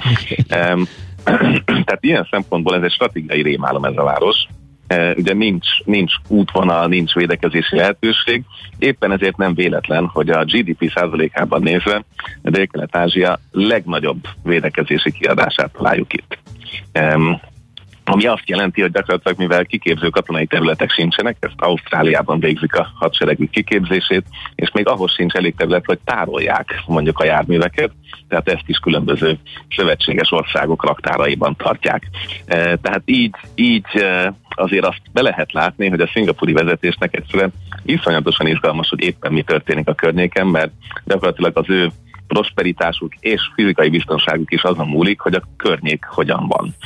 Tehát ilyen szempontból ez egy stratégiai rémálom ez a város. Ugye nincs útvonal, nincs védekezési lehetőség, éppen ezért nem véletlen, hogy a GDP százalékában nézve a Dél-Kelet-Ázsia legnagyobb védekezési kiadását találjuk itt. Ami azt jelenti, hogy gyakorlatilag mivel kiképző katonai területek sincsenek, ezt Ausztráliában végzik a hadseregük kiképzését, és még ahhoz sincs elég terület, hogy tárolják mondjuk a járműveket, tehát ezt is különböző szövetséges országok raktáraiban tartják. Tehát így azért azt be lehet látni, hogy a szingapúri vezetésnek egyszerűen iszonyatosan izgalmas, hogy éppen mi történik a környéken, mert gyakorlatilag az ő prosperitásuk és fizikai biztonságuk is azon múlik, hogy a környék hogyan van.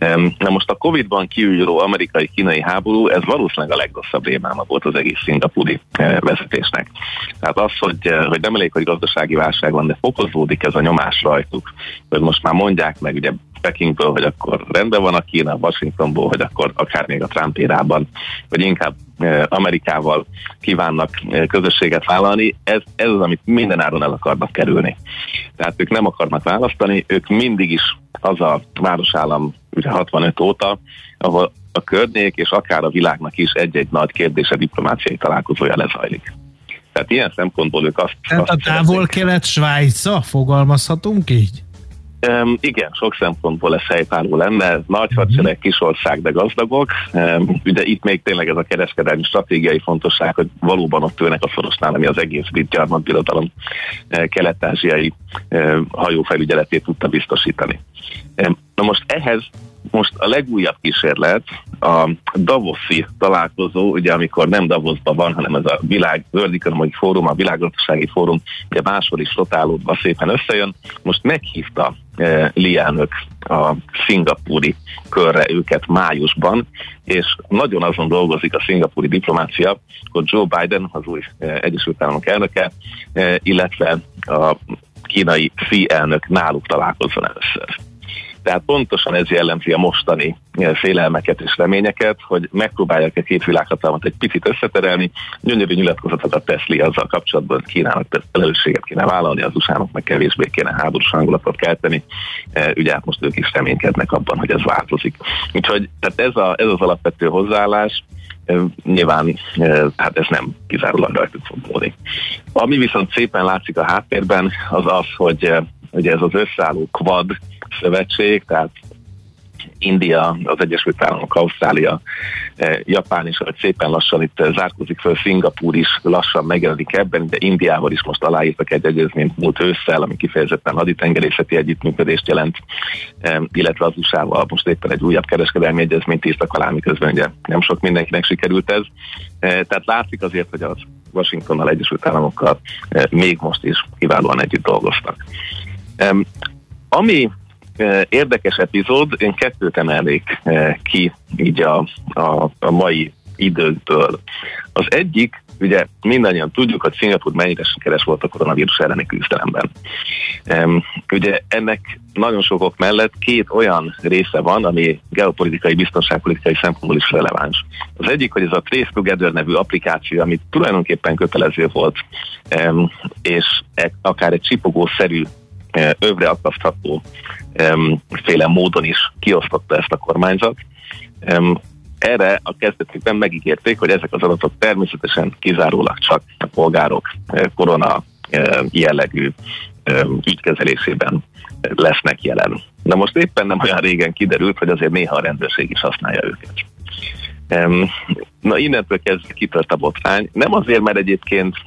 Na most a Covid-ban kiújuló amerikai-kínai háború, ez valószínűleg a legrosszabb rémáma volt az egész szingapúri vezetésnek. Tehát az, hogy nem elég, hogy gazdasági válság van, de fokozódik ez a nyomás rajtuk, hogy most már mondják meg ugye Pekingből, hogy akkor rendben van a Kína, Washingtonból, hogy akkor akár még a Trump érában, vagy inkább Amerikával kívánnak közösséget vállalni, ez az, amit mindenáron el akarnak kerülni. Tehát ők nem akarnak választani, ők mindig is az a városállam ugye 65 óta, ahol a környék és akár a világnak is egy-egy nagy kérdése diplomáciai találkozója lezajlik. Tehát ilyen szempontból ők azt... Tehát a távol-kelet Svájca, fogalmazhatunk így? Igen, sok szempontból ez helytálló lenne. Nagy hadsereg, kis ország, de gazdagok. Ugye itt még tényleg ez a kereskedelmi stratégiai fontosság, hogy valóban ott ülnek a szorosnál, ami az egész brit gyarmatbirodalom kelet-ázsiai hajófelügyeletét tudta biztosítani. Na most ehhez a legújabb kísérlet a Davoszi találkozó, ugye amikor nem Davosban van, hanem ez a World Economic Forum, a világgazdasági fórum, ugye máshol is rotálódva szépen összejön. Most meghívta Lee elnök a szingapúri körre őket májusban, és nagyon azon dolgozik a szingapúri diplomácia, hogy Joe Biden, az új Egyesült Államok elnöke, illetve a kínai Xi elnök náluk találkozzon először. Tehát pontosan ez jellemzi a mostani félelmeket és reményeket, hogy megpróbálják a két világhatalmat egy picit összeterelni, gyönyörű nyilatkozatokat tesz Lee azzal kapcsolatban, hogy Kínának felelősséget kéne vállalni, az USA-nak meg kevésbé kéne háborús hangulatot kelteni. Ugye hát most ők is reménykednek abban, hogy ez változik. Úgyhogy tehát ez az alapvető hozzáállás, nyilván hát ez nem kizárólag rajtuk fog múlni. Ami viszont szépen látszik a háttérben, az, hogy ugye ez az összeálló Quad szövetség, tehát India, az Egyesült Államok, Ausztrália, Japán is, hogy szépen lassan itt zárkózik föl, Szingapúr is lassan megjelenik ebben, de Indiával is most aláírtak egy egyezményt múlt ősszel, ami kifejezetten haditengerészeti együttműködést jelent, illetve az USA-val most éppen egy újabb kereskedelmi egyezményt írtak alá, miközben ugye nem sok mindenkinek sikerült ez. Tehát látszik azért, hogy az Washingtonnal, Egyesült Államokkal még most is kiválóan együtt dolgoztak. Ami érdekes epizód, én kettőt emelnék ki így a mai időből. Az egyik, ugye mindannyian tudjuk, hogy Szingapúr mennyire sikeres volt a koronavírus elleni küzdelemben. Ugye ennek nagyon sokok mellett két olyan része van, ami geopolitikai, biztonságpolitikai szempontból is releváns. Az egyik, hogy ez a Trace Together nevű applikáció, ami tulajdonképpen kötelező volt, és akár egy csipogószerű övre akasztható féle módon is kiosztotta ezt a kormányzat. Erre a kezdetekben megígérték, hogy ezek az adatok természetesen kizárólag csak a polgárok korona jellegű ügykezelésében lesznek jelen. Na most éppen nem olyan régen kiderült, hogy azért néha a rendőrség is használja őket. Na innentől kezdve kitört a botrány. Nem azért, mert egyébként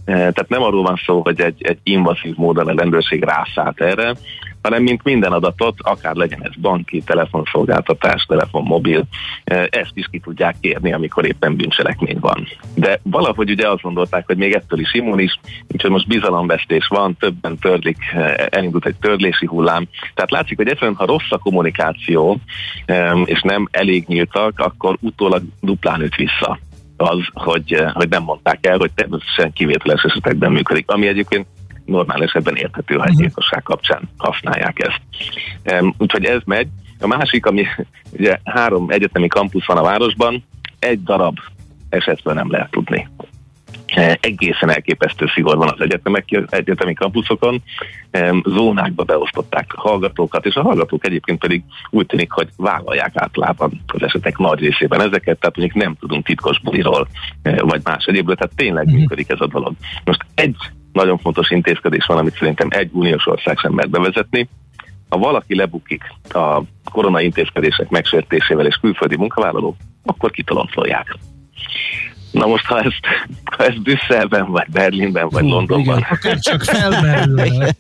Tehát nem arról van szó, hogy egy invazív módon a rendőrség rászállt erre, hanem mint minden adatot, akár legyen ez banki, telefonszolgáltatás, telefonmobil, ezt is ki tudják kérni, amikor éppen bűncselekmény van. De valahogy ugye azt gondolták, hogy még ettől is immunis, úgyhogy most bizalomvesztés van, többen törlik, elindult egy törlési hullám. Tehát látszik, hogy egyszerűen, ha rossz a kommunikáció, és nem elég nyíltak, akkor utólag duplán üt vissza az, hogy nem mondták el, hogy természetesen kivételes esetekben működik, ami egyébként normál esetben érthető, ha egy gyilkosság kapcsán használják ezt. Úgyhogy ez megy. A másik, ami ugye 3 egyetemi kampusz van a városban, egy darab esetről nem lehet tudni. Egészen elképesztő szigor van az egyetemi kampuszokon, zónákba beosztották a hallgatókat, és a hallgatók egyébként pedig úgy tűnik, hogy vállalják általában az esetek nagy részében ezeket, tehát mondjuk nem tudunk titkos buliról, vagy más egyébről, tehát tényleg működik ez a dolog. Most egy nagyon fontos intézkedés van, amit szerintem egy uniós ország sem mert bevezetni. Ha valaki lebukik a korona intézkedések megsértésével és külföldi munkavállaló, akkor kitoloncolják. Na most, ha ezt Brüsszelben, vagy Berlinben, vagy Londonban... Igen, akár csak felmerül.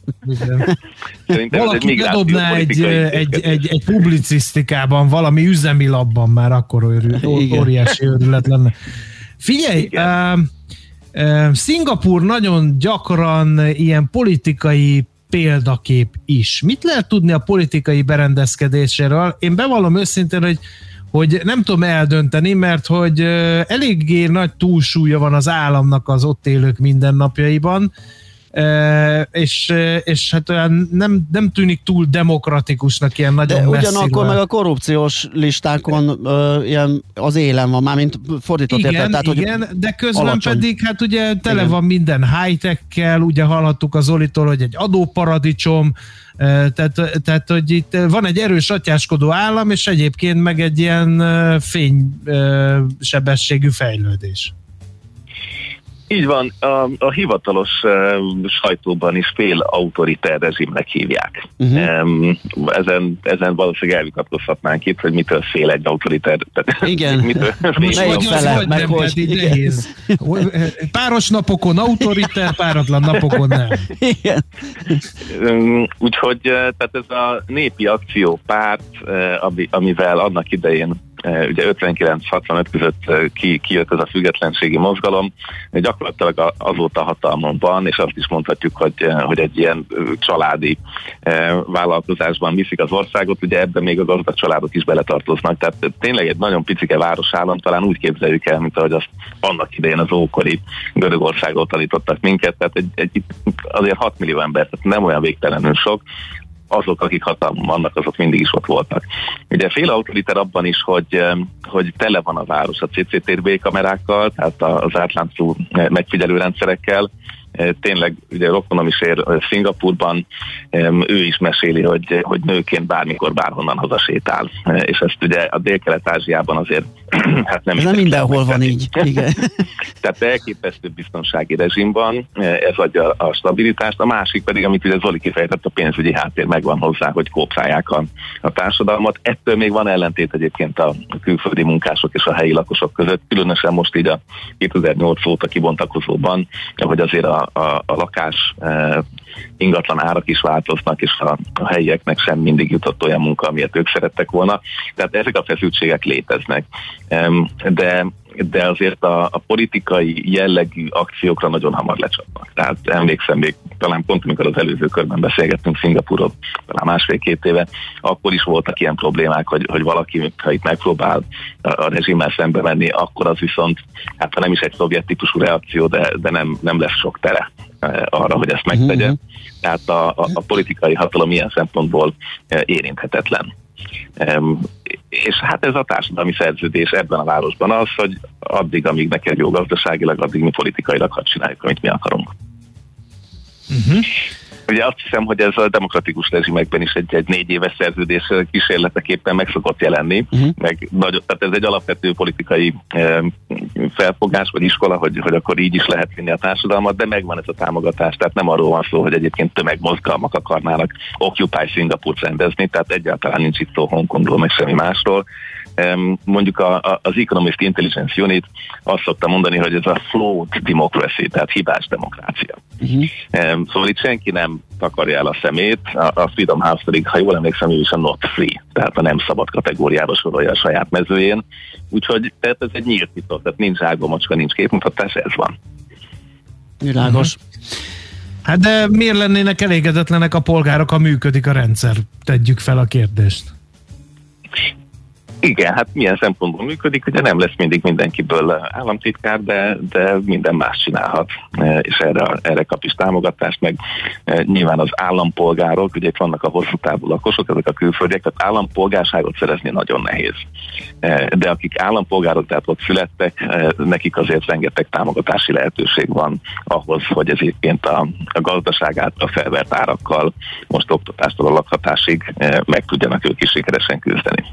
Valaki bedobná egy publicisztikában, valami üzemi labban, már akkor óriási őrület lenne. Figyelj, Szingapúr nagyon gyakran ilyen politikai példakép is. Mit lehet tudni a politikai berendezkedéséről? Én bevallom őszintén, hogy nem tudom eldönteni, mert hogy eléggé nagy túlsúlya van az államnak az ott élők mindennapjaiban, és hát nem tűnik túl demokratikusnak ilyen nagyon messziről. De ugyanakkor meg a korrupciós listákon ilyen az élen van, mármint fordított érted. Tehát, igen, de közben alacsony. Pedig hát ugye tele van minden high-tech-kel, ugye hallhattuk az Zolitól, hogy egy adóparadicsom, tehát, hogy itt van egy erős atyáskodó állam, és egyébként meg egy ilyen fénysebességű fejlődés. Így van, a hivatalos sajtóban is fél autoriter rezsimnek hívják. Ezen valószínűleg elvitatkozhatnánk itt, hogy mitől fél egy autoriter. Igen, nehéz. Páros napokon autoriter, páratlan napokon nem. Igen. Úgyhogy tehát ez a népi akciópárt, amivel annak idején ugye 59-65 között kijött ez a függetlenségi mozgalom, gyakorlatilag azóta hatalmon van, és azt is mondhatjuk, hogy egy ilyen családi vállalkozásban viszik az országot, ugye ebben még a gazdag családok is beletartoznak, tehát tényleg egy nagyon picike városállam, talán úgy képzeljük el, mint ahogy azt annak idején az ókori Görögországot tanítottak minket, tehát azért 6 millió ember, tehát nem olyan végtelenül sok, azok, akik hatalmon vannak, azok mindig is ott voltak. Ugye fél autoriter abban is, hogy tele van a város a CCTV kamerákkal, tehát az átlátszó megfigyelő rendszerekkel. Tényleg, ugye rokonom is ér Szingapúrban, ő is meséli, hogy nőként bármikor, bárhonnan hazasétál. És ezt ugye a Dél-Kelet-Ázsiában azért hát nem mindenhol van így. Igen. Tehát elképesztő biztonsági rezsim van, ez adja a stabilitást. A másik pedig, amit ugye Zoli kifejtett, a pénzügyi háttér megvan hozzá, hogy kópszálják a társadalmat. Ettől még van ellentét egyébként a külföldi munkások és a helyi lakosok között, különösen most így a 2008 óta kibontakozóban, hogy azért a lakás ingatlan árak is változnak, és a helyieknek sem mindig jutott olyan munka, amilyet ők szerettek volna. Tehát ezek a feszültségek léteznek. De azért a politikai jellegű akciókra nagyon hamar lecsapnak. Tehát emlékszem még, talán pont amikor az előző körben beszélgettünk Szingapúrról, talán 1,5-2 éve, akkor is voltak ilyen problémák, hogy valaki, ha itt megpróbál a rezsimmel szembe menni, akkor az viszont, hát ha nem is egy szovjet típusú reakció, de nem lesz sok tere arra, hogy ezt megtegye. Tehát a politikai hatalom ilyen szempontból érinthetetlen. És hát ez a társadalmi szerződés ebben a városban az, hogy addig, amíg neked jó gazdaságilag, addig mi politikailag hadd csináljuk, amit mi akarunk. Ugye azt hiszem, hogy ez a demokratikus rezsimekben is egy 4 éves szerződés kísérleteképpen meg szokott jelenni, tehát ez egy alapvető politikai felfogás vagy iskola, hogy akkor így is lehet vinni a társadalmat, de megvan ez a támogatás, tehát nem arról van szó, hogy egyébként tömegmozgalmak akarnának Occupy Szingapurt rendezni, tehát egyáltalán nincs itt szó Hongkongról, meg semmi másról. Mondjuk az Economist Intelligence Unit azt szokta mondani, hogy ez a flawed democracy, tehát hibás demokrácia. Szóval itt senki nem takarja el a szemét, a Freedom House pedig, ha jól emlékszem, ő is a not free, tehát a nem szabad kategóriába sorolja a saját mezőjén. Úgyhogy tehát ez egy nyílt titok, tehát nincs ágomacska, nincs képmutatás, ez van. Világos. Hát de miért lennének elégedetlenek a polgárok, ha működik a rendszer? Tegyük fel a kérdést. Igen, hát milyen szempontból működik, ugye nem lesz mindig mindenkiből államtitkár, de minden más csinálhat, és erre kap is támogatást, meg nyilván az állampolgárok, ugye itt vannak a hosszú távú lakosok, ezek a külföldiek, tehát állampolgárságot szerezni nagyon nehéz. De akik állampolgárok, tehát ott születtek, nekik azért rengeteg támogatási lehetőség van ahhoz, hogy ez egyébként a gazdaság által felvert árakkal, most oktatástól a lakhatásig meg tudjanak ők is sikeresen küzdeni.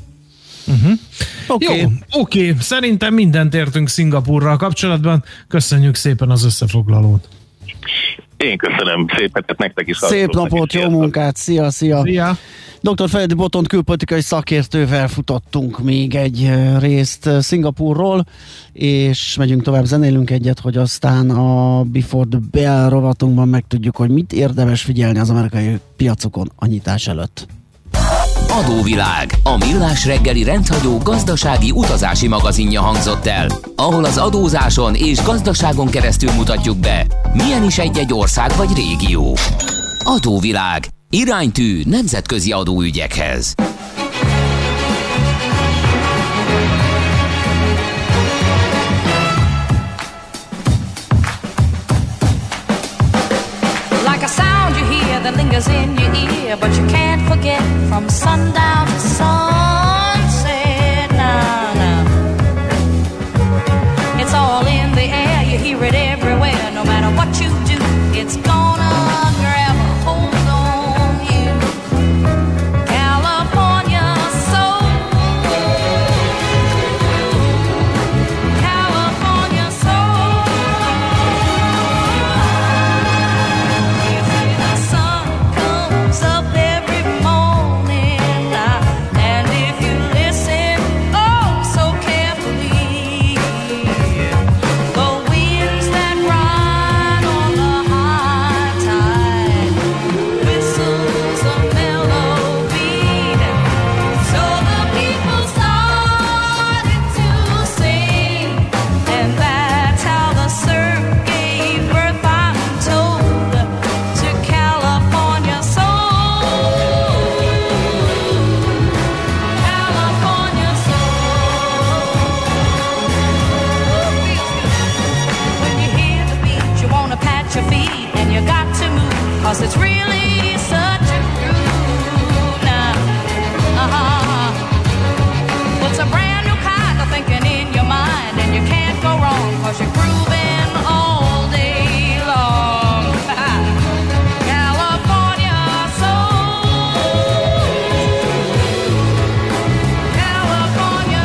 Oké. Szerintem mindent értünk Szingapúrral kapcsolatban. Köszönjük szépen az összefoglalót. Én köszönöm szépen, nektek is. Szép napot, jó munkát, szia! Dr. Feledi Botont külpolitikai szakértővel futottunk még egy részt Szingapúrról, és megyünk tovább, zenélünk egyet, hogy aztán a Before the Bell rovatunkban megtudjuk, hogy mit érdemes figyelni az amerikai piacokon a nyitás előtt. Adóvilág, a millás reggeli rendhagyó gazdasági utazási magazinja hangzott el, ahol az adózáson és gazdaságon keresztül mutatjuk be, milyen is egy ország vagy régió. Adóvilág, iránytű nemzetközi adóügyekhez. Like a sound you hear that lingers in your ear, but you can't forget from sundown to sunset. Now, it's all in the air, you hear it everywhere. No matter what you do, it's gonna grab a hold on you. California soul, California soul. You see the sun comes up every morning, and if you listen, oh, so carefully, the winds that ride on the high tide whistles a mellow beat. So the people started to sing, and that's how the surf gave birth, I'm told, to California soul. California soul. When you hear the beat, you wanna pat your feet, and you got to move, 'cause it's really such a groove now. What's a brand new kind of thinking in your mind, and you can't go wrong, 'cause you're grooving all day long. California soul. California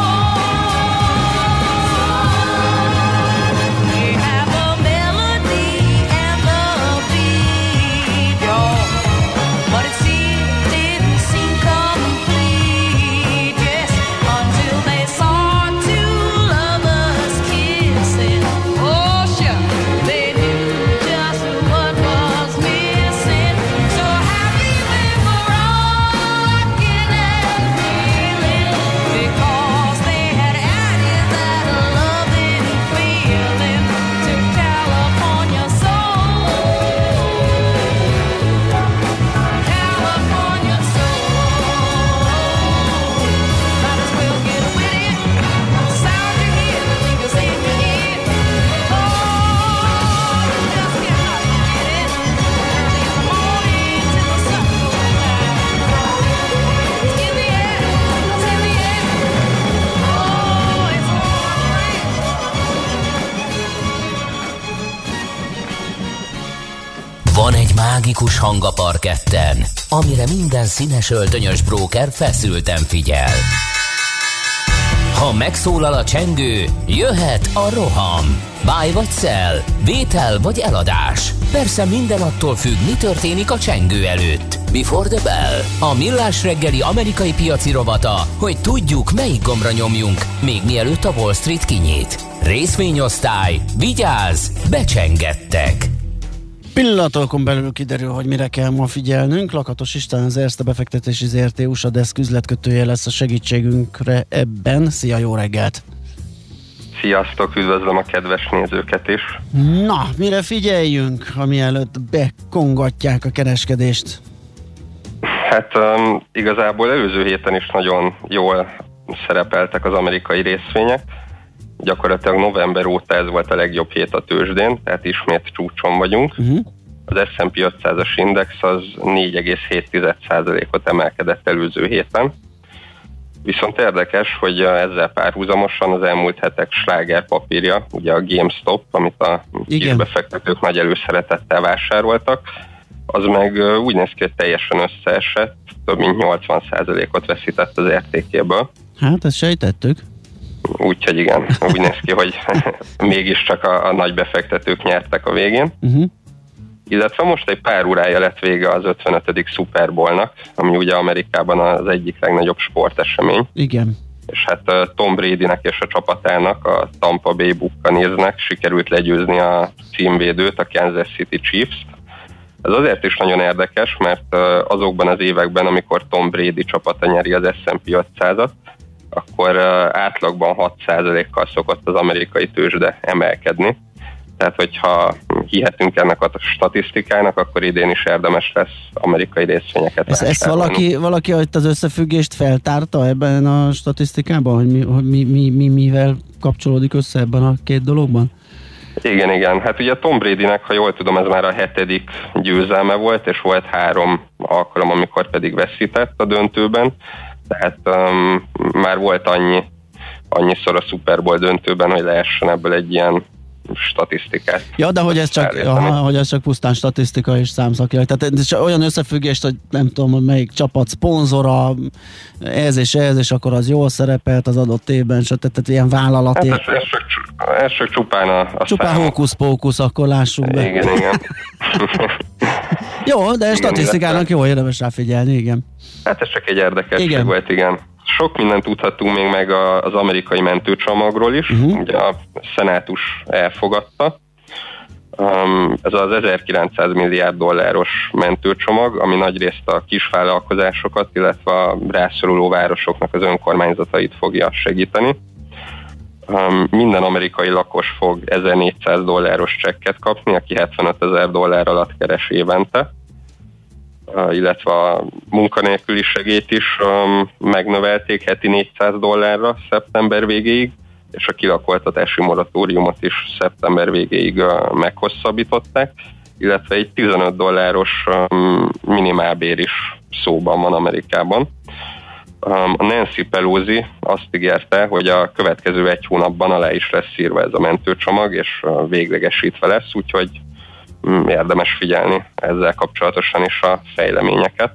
soul. We have a melody and the beat, y'all, but it still didn't seem complete, yes, until they saw two lovers kissing. Oh, sure, they knew just what was missing. So happy we were rocking and feeling, because they had added that loving feeling to California soul. California soul. Might as well get with it. Sound you hear, the lingers in your ear. Oh, just get out and get it. Early in the morning till the sun goes down. It's in the air, it's in the air. Oh, it's Van egy mágikus hang a parketten, amire minden színes öltönyös bróker feszülten figyel. Ha megszólal a csengő, jöhet a roham. Buy vagy sell, vétel vagy eladás. Persze minden attól függ, mi történik a csengő előtt. Before the Bell. A millás reggeli amerikai piaci rovata, hogy tudjuk, melyik gombra nyomjunk, még mielőtt a Wall Street kinyit. Részvényosztály, vigyázz, becsengettek! Pillanatokon belül kiderül, hogy mire kell ma figyelnünk. Lakatos István, az Erste befektetési ZRT USA Desk üzletkötője lesz a segítségünkre ebben. Szia, jó reggelt! Sziasztok, üdvözlöm a kedves nézőket is! Na, mire figyeljünk, ami előtt bekongatják a kereskedést? Hát igazából előző héten is nagyon jól szerepeltek az amerikai részvények. Gyakorlatilag november óta ez volt a legjobb hét a tőzsdén, tehát ismét csúcson vagyunk. Az S&P 500-as index az 4,7%-ot emelkedett előző héten. Viszont érdekes, hogy ezzel párhuzamosan az elmúlt hetek slágerpapírja, ugye a GameStop, amit a kisbefektetők nagy előszeretettel vásároltak, az meg úgy néz ki, hogy teljesen összeesett, több mint 80%-ot veszített az értékéből. Hát, ezt sejtettük. Úgyhogy igen, úgy néz ki, hogy mégiscsak a nagy befektetők nyertek a végén. Illetve most egy pár órája lett vége az 55. Super Bowlnak, ami ugye Amerikában az egyik legnagyobb sportesemény. Igen. És hát Tom Bradynek és a csapatának, a Tampa Bay Buccaneersnek sikerült legyőzni a címvédőt, a Kansas City Chiefs-t. Ez azért is nagyon érdekes, mert azokban az években, amikor Tom Brady csapata nyeri az S&P 500-at, akkor átlagban 6%-kal szokott az amerikai tőzsde emelkedni. Tehát, hogyha hihetünk ennek a statisztikának, akkor idén is érdemes lesz amerikai részvényeket vásárolni. Ezt valaki itt az összefüggést feltárta ebben a statisztikában, hogy mivel kapcsolódik össze ebben a két dologban? Igen. Hát ugye Tom Bradynek, ha jól tudom, ez már a 7. győzelme volt, és volt 3 alkalom, amikor pedig veszített a döntőben. Tehát már volt annyiszor a Super Bowl döntőben, hogy lehessen ebből egy ilyen statisztikát. Ja, de hogy ez csak pusztán statisztika és számszakja. Tehát olyan összefüggést, hogy nem tudom, hogy melyik csapat szponzora, ez és akkor az jól szerepelt az adott évben, tehát ilyen vállalati. Hát ez csak csupán csupán hókusz-pókusz, akkor lássuk be. Igen. Jó, de statisztikának jó, érdemes rá figyelni, igen. Hát ez csak egy érdekesség volt, igen. Sok mindent tudhatunk még meg az amerikai mentőcsomagról is. Ugye a szenátus elfogadta. Ez az 1900 milliárd dolláros mentőcsomag, ami nagyrészt a kisvállalkozásokat, illetve a rászoruló városoknak az önkormányzatait fogja segíteni. Minden amerikai lakos fog 1400 dolláros csekket kapni, aki 75 000 dollár alatt keres évente, illetve a munkanélküli segélyt is megnövelték heti 400 dollárra szeptember végéig, és a kilakoltatási moratóriumot is szeptember végéig meghosszabbították, illetve egy 15 dolláros minimálbér is szóban van Amerikában. A Nancy Pelosi azt ígérte, hogy a következő 1 hónapban alá is lesz írva ez a mentőcsomag, és véglegesítve lesz, úgyhogy érdemes figyelni ezzel kapcsolatosan is a fejleményeket.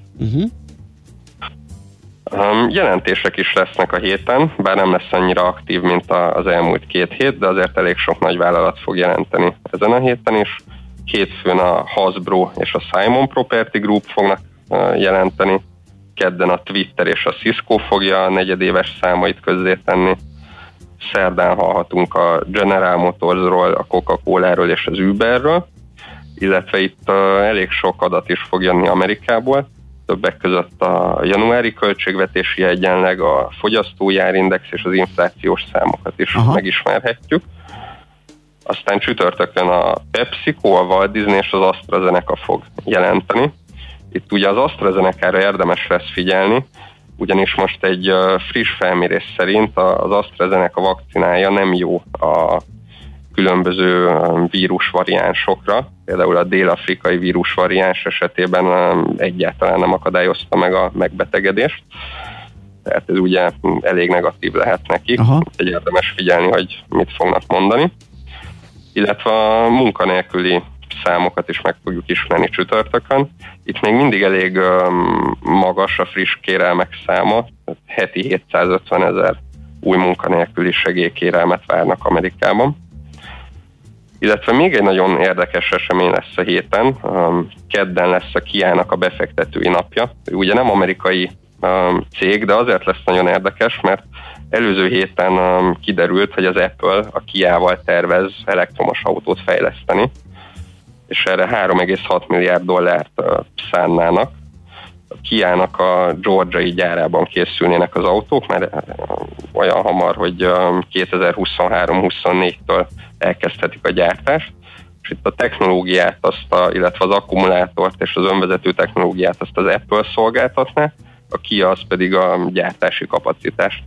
Jelentések is lesznek a héten, bár nem lesz annyira aktív, mint az elmúlt 2 hét, de azért elég sok nagy vállalat fog jelenteni ezen a héten is. Hétfőn a Hasbro és a Simon Property Group fognak jelenteni, kedden a Twitter és a Cisco fogja a negyedéves számait közzétenni, szerdán hallhatunk a General Motorsról, a Coca-Coláról és az Uberről, illetve itt elég sok adat is fog jönni Amerikából, többek között a januári költségvetési egyenleg, a fogyasztói árindex és az inflációs számokat is megismerhetjük. Aztán csütörtökön a PepsiCo, a Walt Disney és az AstraZeneca fog jelenteni. Itt ugye az AstraZeneca-ra érdemes lesz figyelni, ugyanis most egy friss felmérés szerint az AstraZeneca vakcinája nem jó a különböző vírusvariánsokra, például a dél-afrikai vírusvariáns esetében egyáltalán nem akadályozta meg a megbetegedést, tehát ez ugye elég negatív lehet nekik, úgyhogy érdemes figyelni, hogy mit fognak mondani. Illetve a munkanélküli számokat is meg fogjuk ismerni csütörtökön. Itt még mindig elég magas a friss kérelmek száma, heti 750 000 új munkanélküli segélykérelmet várnak Amerikában. Illetve még egy nagyon érdekes esemény lesz a héten. Kedden lesz a Kia-nak a befektetői napja. Ő ugye nem amerikai cég, de azért lesz nagyon érdekes, mert előző héten kiderült, hogy az Apple a Kia-val tervez elektromos autót fejleszteni, és erre $3,6 milliárd szánnának. A Kia-nak a Georgiai gyárában készülnének az autók, mert olyan hamar, hogy 2023-24-től elkezdhetik a gyártást, és itt a technológiát, illetve az akkumulátort és az önvezető technológiát azt az Apple szolgáltatná, a Kia az pedig a gyártási kapacitást.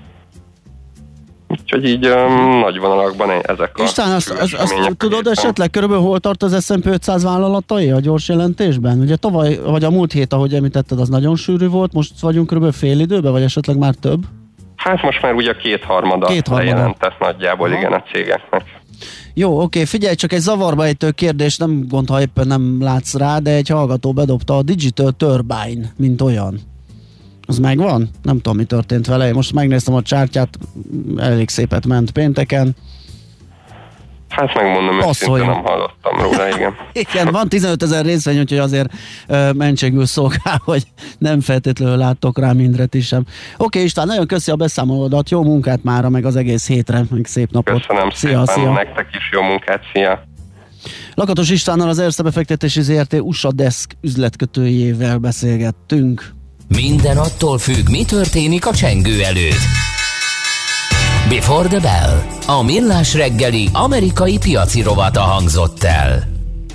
Úgyhogy így nagy vonalakban ezek a István, azt tudod esetleg körülbelül hol tart az S&P 500 vállalatai a gyors jelentésben? Ugye tavaly, vagy a múlt hét, ahogy említetted, az nagyon sűrű volt, most vagyunk körülbelül fél időben, vagy esetleg már több? Hát most már ugye kétharmada lejelentett nagyjából, igen, a cégeknek. Jó, oké, figyelj, csak egy zavarba ejtő kérdés, nem gond, ha éppen nem látsz rá, de egy hallgató bedobta a Digital Turbine, mint olyan. Az megvan? Nem tudom, mi történt vele. Én most megnéztem a csártyát, elég szépet ment pénteken. Hát megmondom, őszintén nem hallottam róla, igen. Igen, van 15 000 részvény, úgyhogy azért mentségül szolgál, hogy nem feltétlenül láttok rá mindret is sem. Oké, István, nagyon köszi a beszámolódat, jó munkát mára, meg az egész hétre, meg szép napot. Köszönöm szépen, nektek is jó munkát, szia! Lakatos Istvánnal, az Erste Befektetési ZRT USA Desk üzletkötőjével beszélgettünk. Minden attól függ, mi történik a csengő előtt. Before the Bell. A millás reggeli amerikai piaci rovata hangzott el.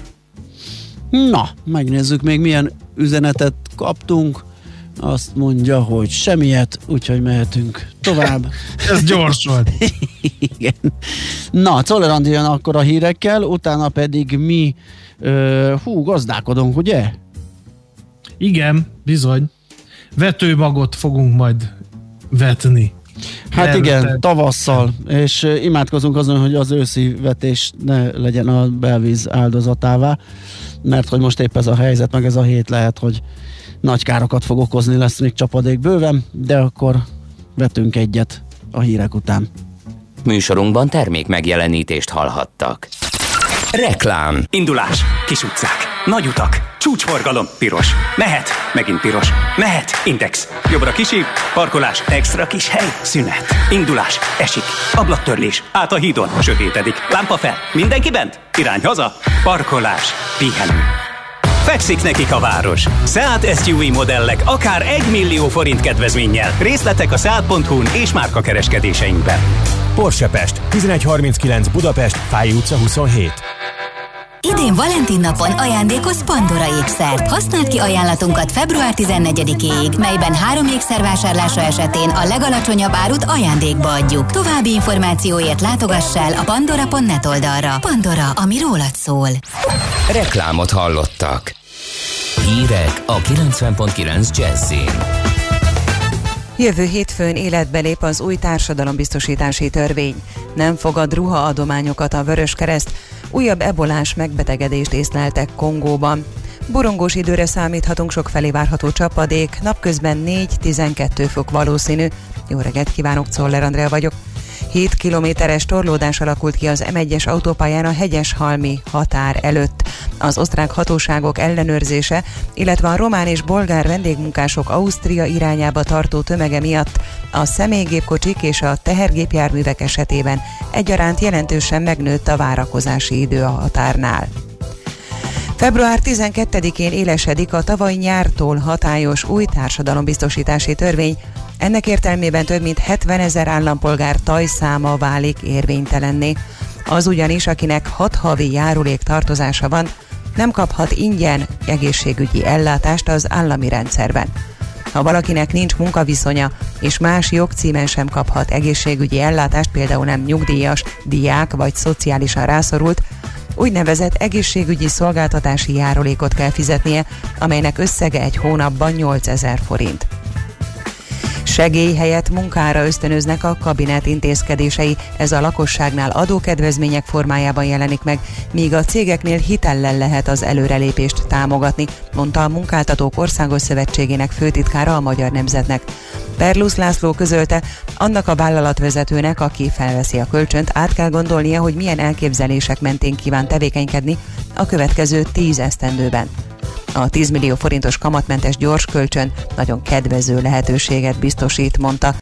Na, megnézzük még milyen üzenetet kaptunk. Azt mondja, hogy semmiet, úgyhogy mehetünk tovább. Ez gyors volt. Igen. Na, Czoller Andi jön akkor a hírekkel, utána pedig mi gazdálkodunk, ugye? Igen, bizony. Vetőmagot fogunk majd vetni. Hát igen, tavasszal, és imádkozunk azon, hogy az őszi vetés ne legyen a belvíz áldozatává, mert hogy most épp ez a helyzet, meg ez a hét lehet, hogy nagy károkat fog okozni, lesz még csapadék bőven, de akkor vetünk egyet a hírek után. Műsorunkban termék megjelenítést hallhattak. Reklám. Indulás, kis utcák, nagy utak, csúcsforgalom, piros. Mehet, megint piros. Mehet, index. Jobbra kisív, parkolás, extra kis hely, szünet. Indulás, esik, ablaktörlés, át a hídon, sötétedik, lámpa fel, mindenki bent? Irány haza, parkolás, pihenő. Fekszik nekik a város. Seat SUV modellek akár 1 millió forint kedvezménnyel. Részletek a seat.hu-n és márkakereskedéseinkben. Porsche Pest, 1139 Budapest, Fáy utca 27. Idén Valentin napon ajándékoz Pandora ékszert. Használd ki ajánlatunkat február 14-éig, melyben 3 ékszer vásárlása esetén a legalacsonyabb árut ajándékba adjuk. További információért látogass el a pandora.net oldalra. Pandora, ami rólad szól. Reklámot hallottak. Hírek a 90.9 Jazzin. Jövő hétfőn életbe lép az új társadalombiztosítási törvény. Nem fogad ruhaadományokat a Vöröskereszt, újabb ebolás megbetegedést észleltek Kongóban. Borongós időre számíthatunk, sokfelé várható csapadék, napközben 4-12 fok valószínű. Jó reggelt kívánok, Czoller Andrea vagyok. 7 kilométeres torlódás alakult ki az M1-es autópályán a Hegyeshalmi határ előtt. Az osztrák hatóságok ellenőrzése, illetve a román és bolgár vendégmunkások Ausztria irányába tartó tömege miatt a személygépkocsik és a tehergépjárművek esetében egyaránt jelentősen megnőtt a várakozási idő a határnál. Február 12-én élesedik a tavaly nyártól hatályos új társadalombiztosítási törvény. Ennek értelmében több mint 70 000 állampolgár tajszáma válik érvénytelenné. Az ugyanis, akinek 6 havi járulék tartozása van, nem kaphat ingyen egészségügyi ellátást az állami rendszerben. Ha valakinek nincs munkaviszonya, és más jogcímen sem kaphat egészségügyi ellátást, például nem nyugdíjas, diák vagy szociálisan rászorult, úgynevezett egészségügyi szolgáltatási járulékot kell fizetnie, amelynek összege egy hónapban 8000 forint. Segély helyett munkára ösztönöznek a kabinet intézkedései, ez a lakosságnál adókedvezmények formájában jelenik meg, míg a cégeknél hitellel lehet az előrelépést támogatni, mondta a Munkáltatók Országos Szövetségének főtitkára a Magyar Nemzetnek. Perlusz László közölte, annak a vállalatvezetőnek, aki felveszi a kölcsönt, át kell gondolnia, hogy milyen elképzelések mentén kíván tevékenykedni a következő 10 esztendőben. A 10 millió forintos kamatmentes gyors kölcsön nagyon kedvező lehetőséget biztosít, mondta.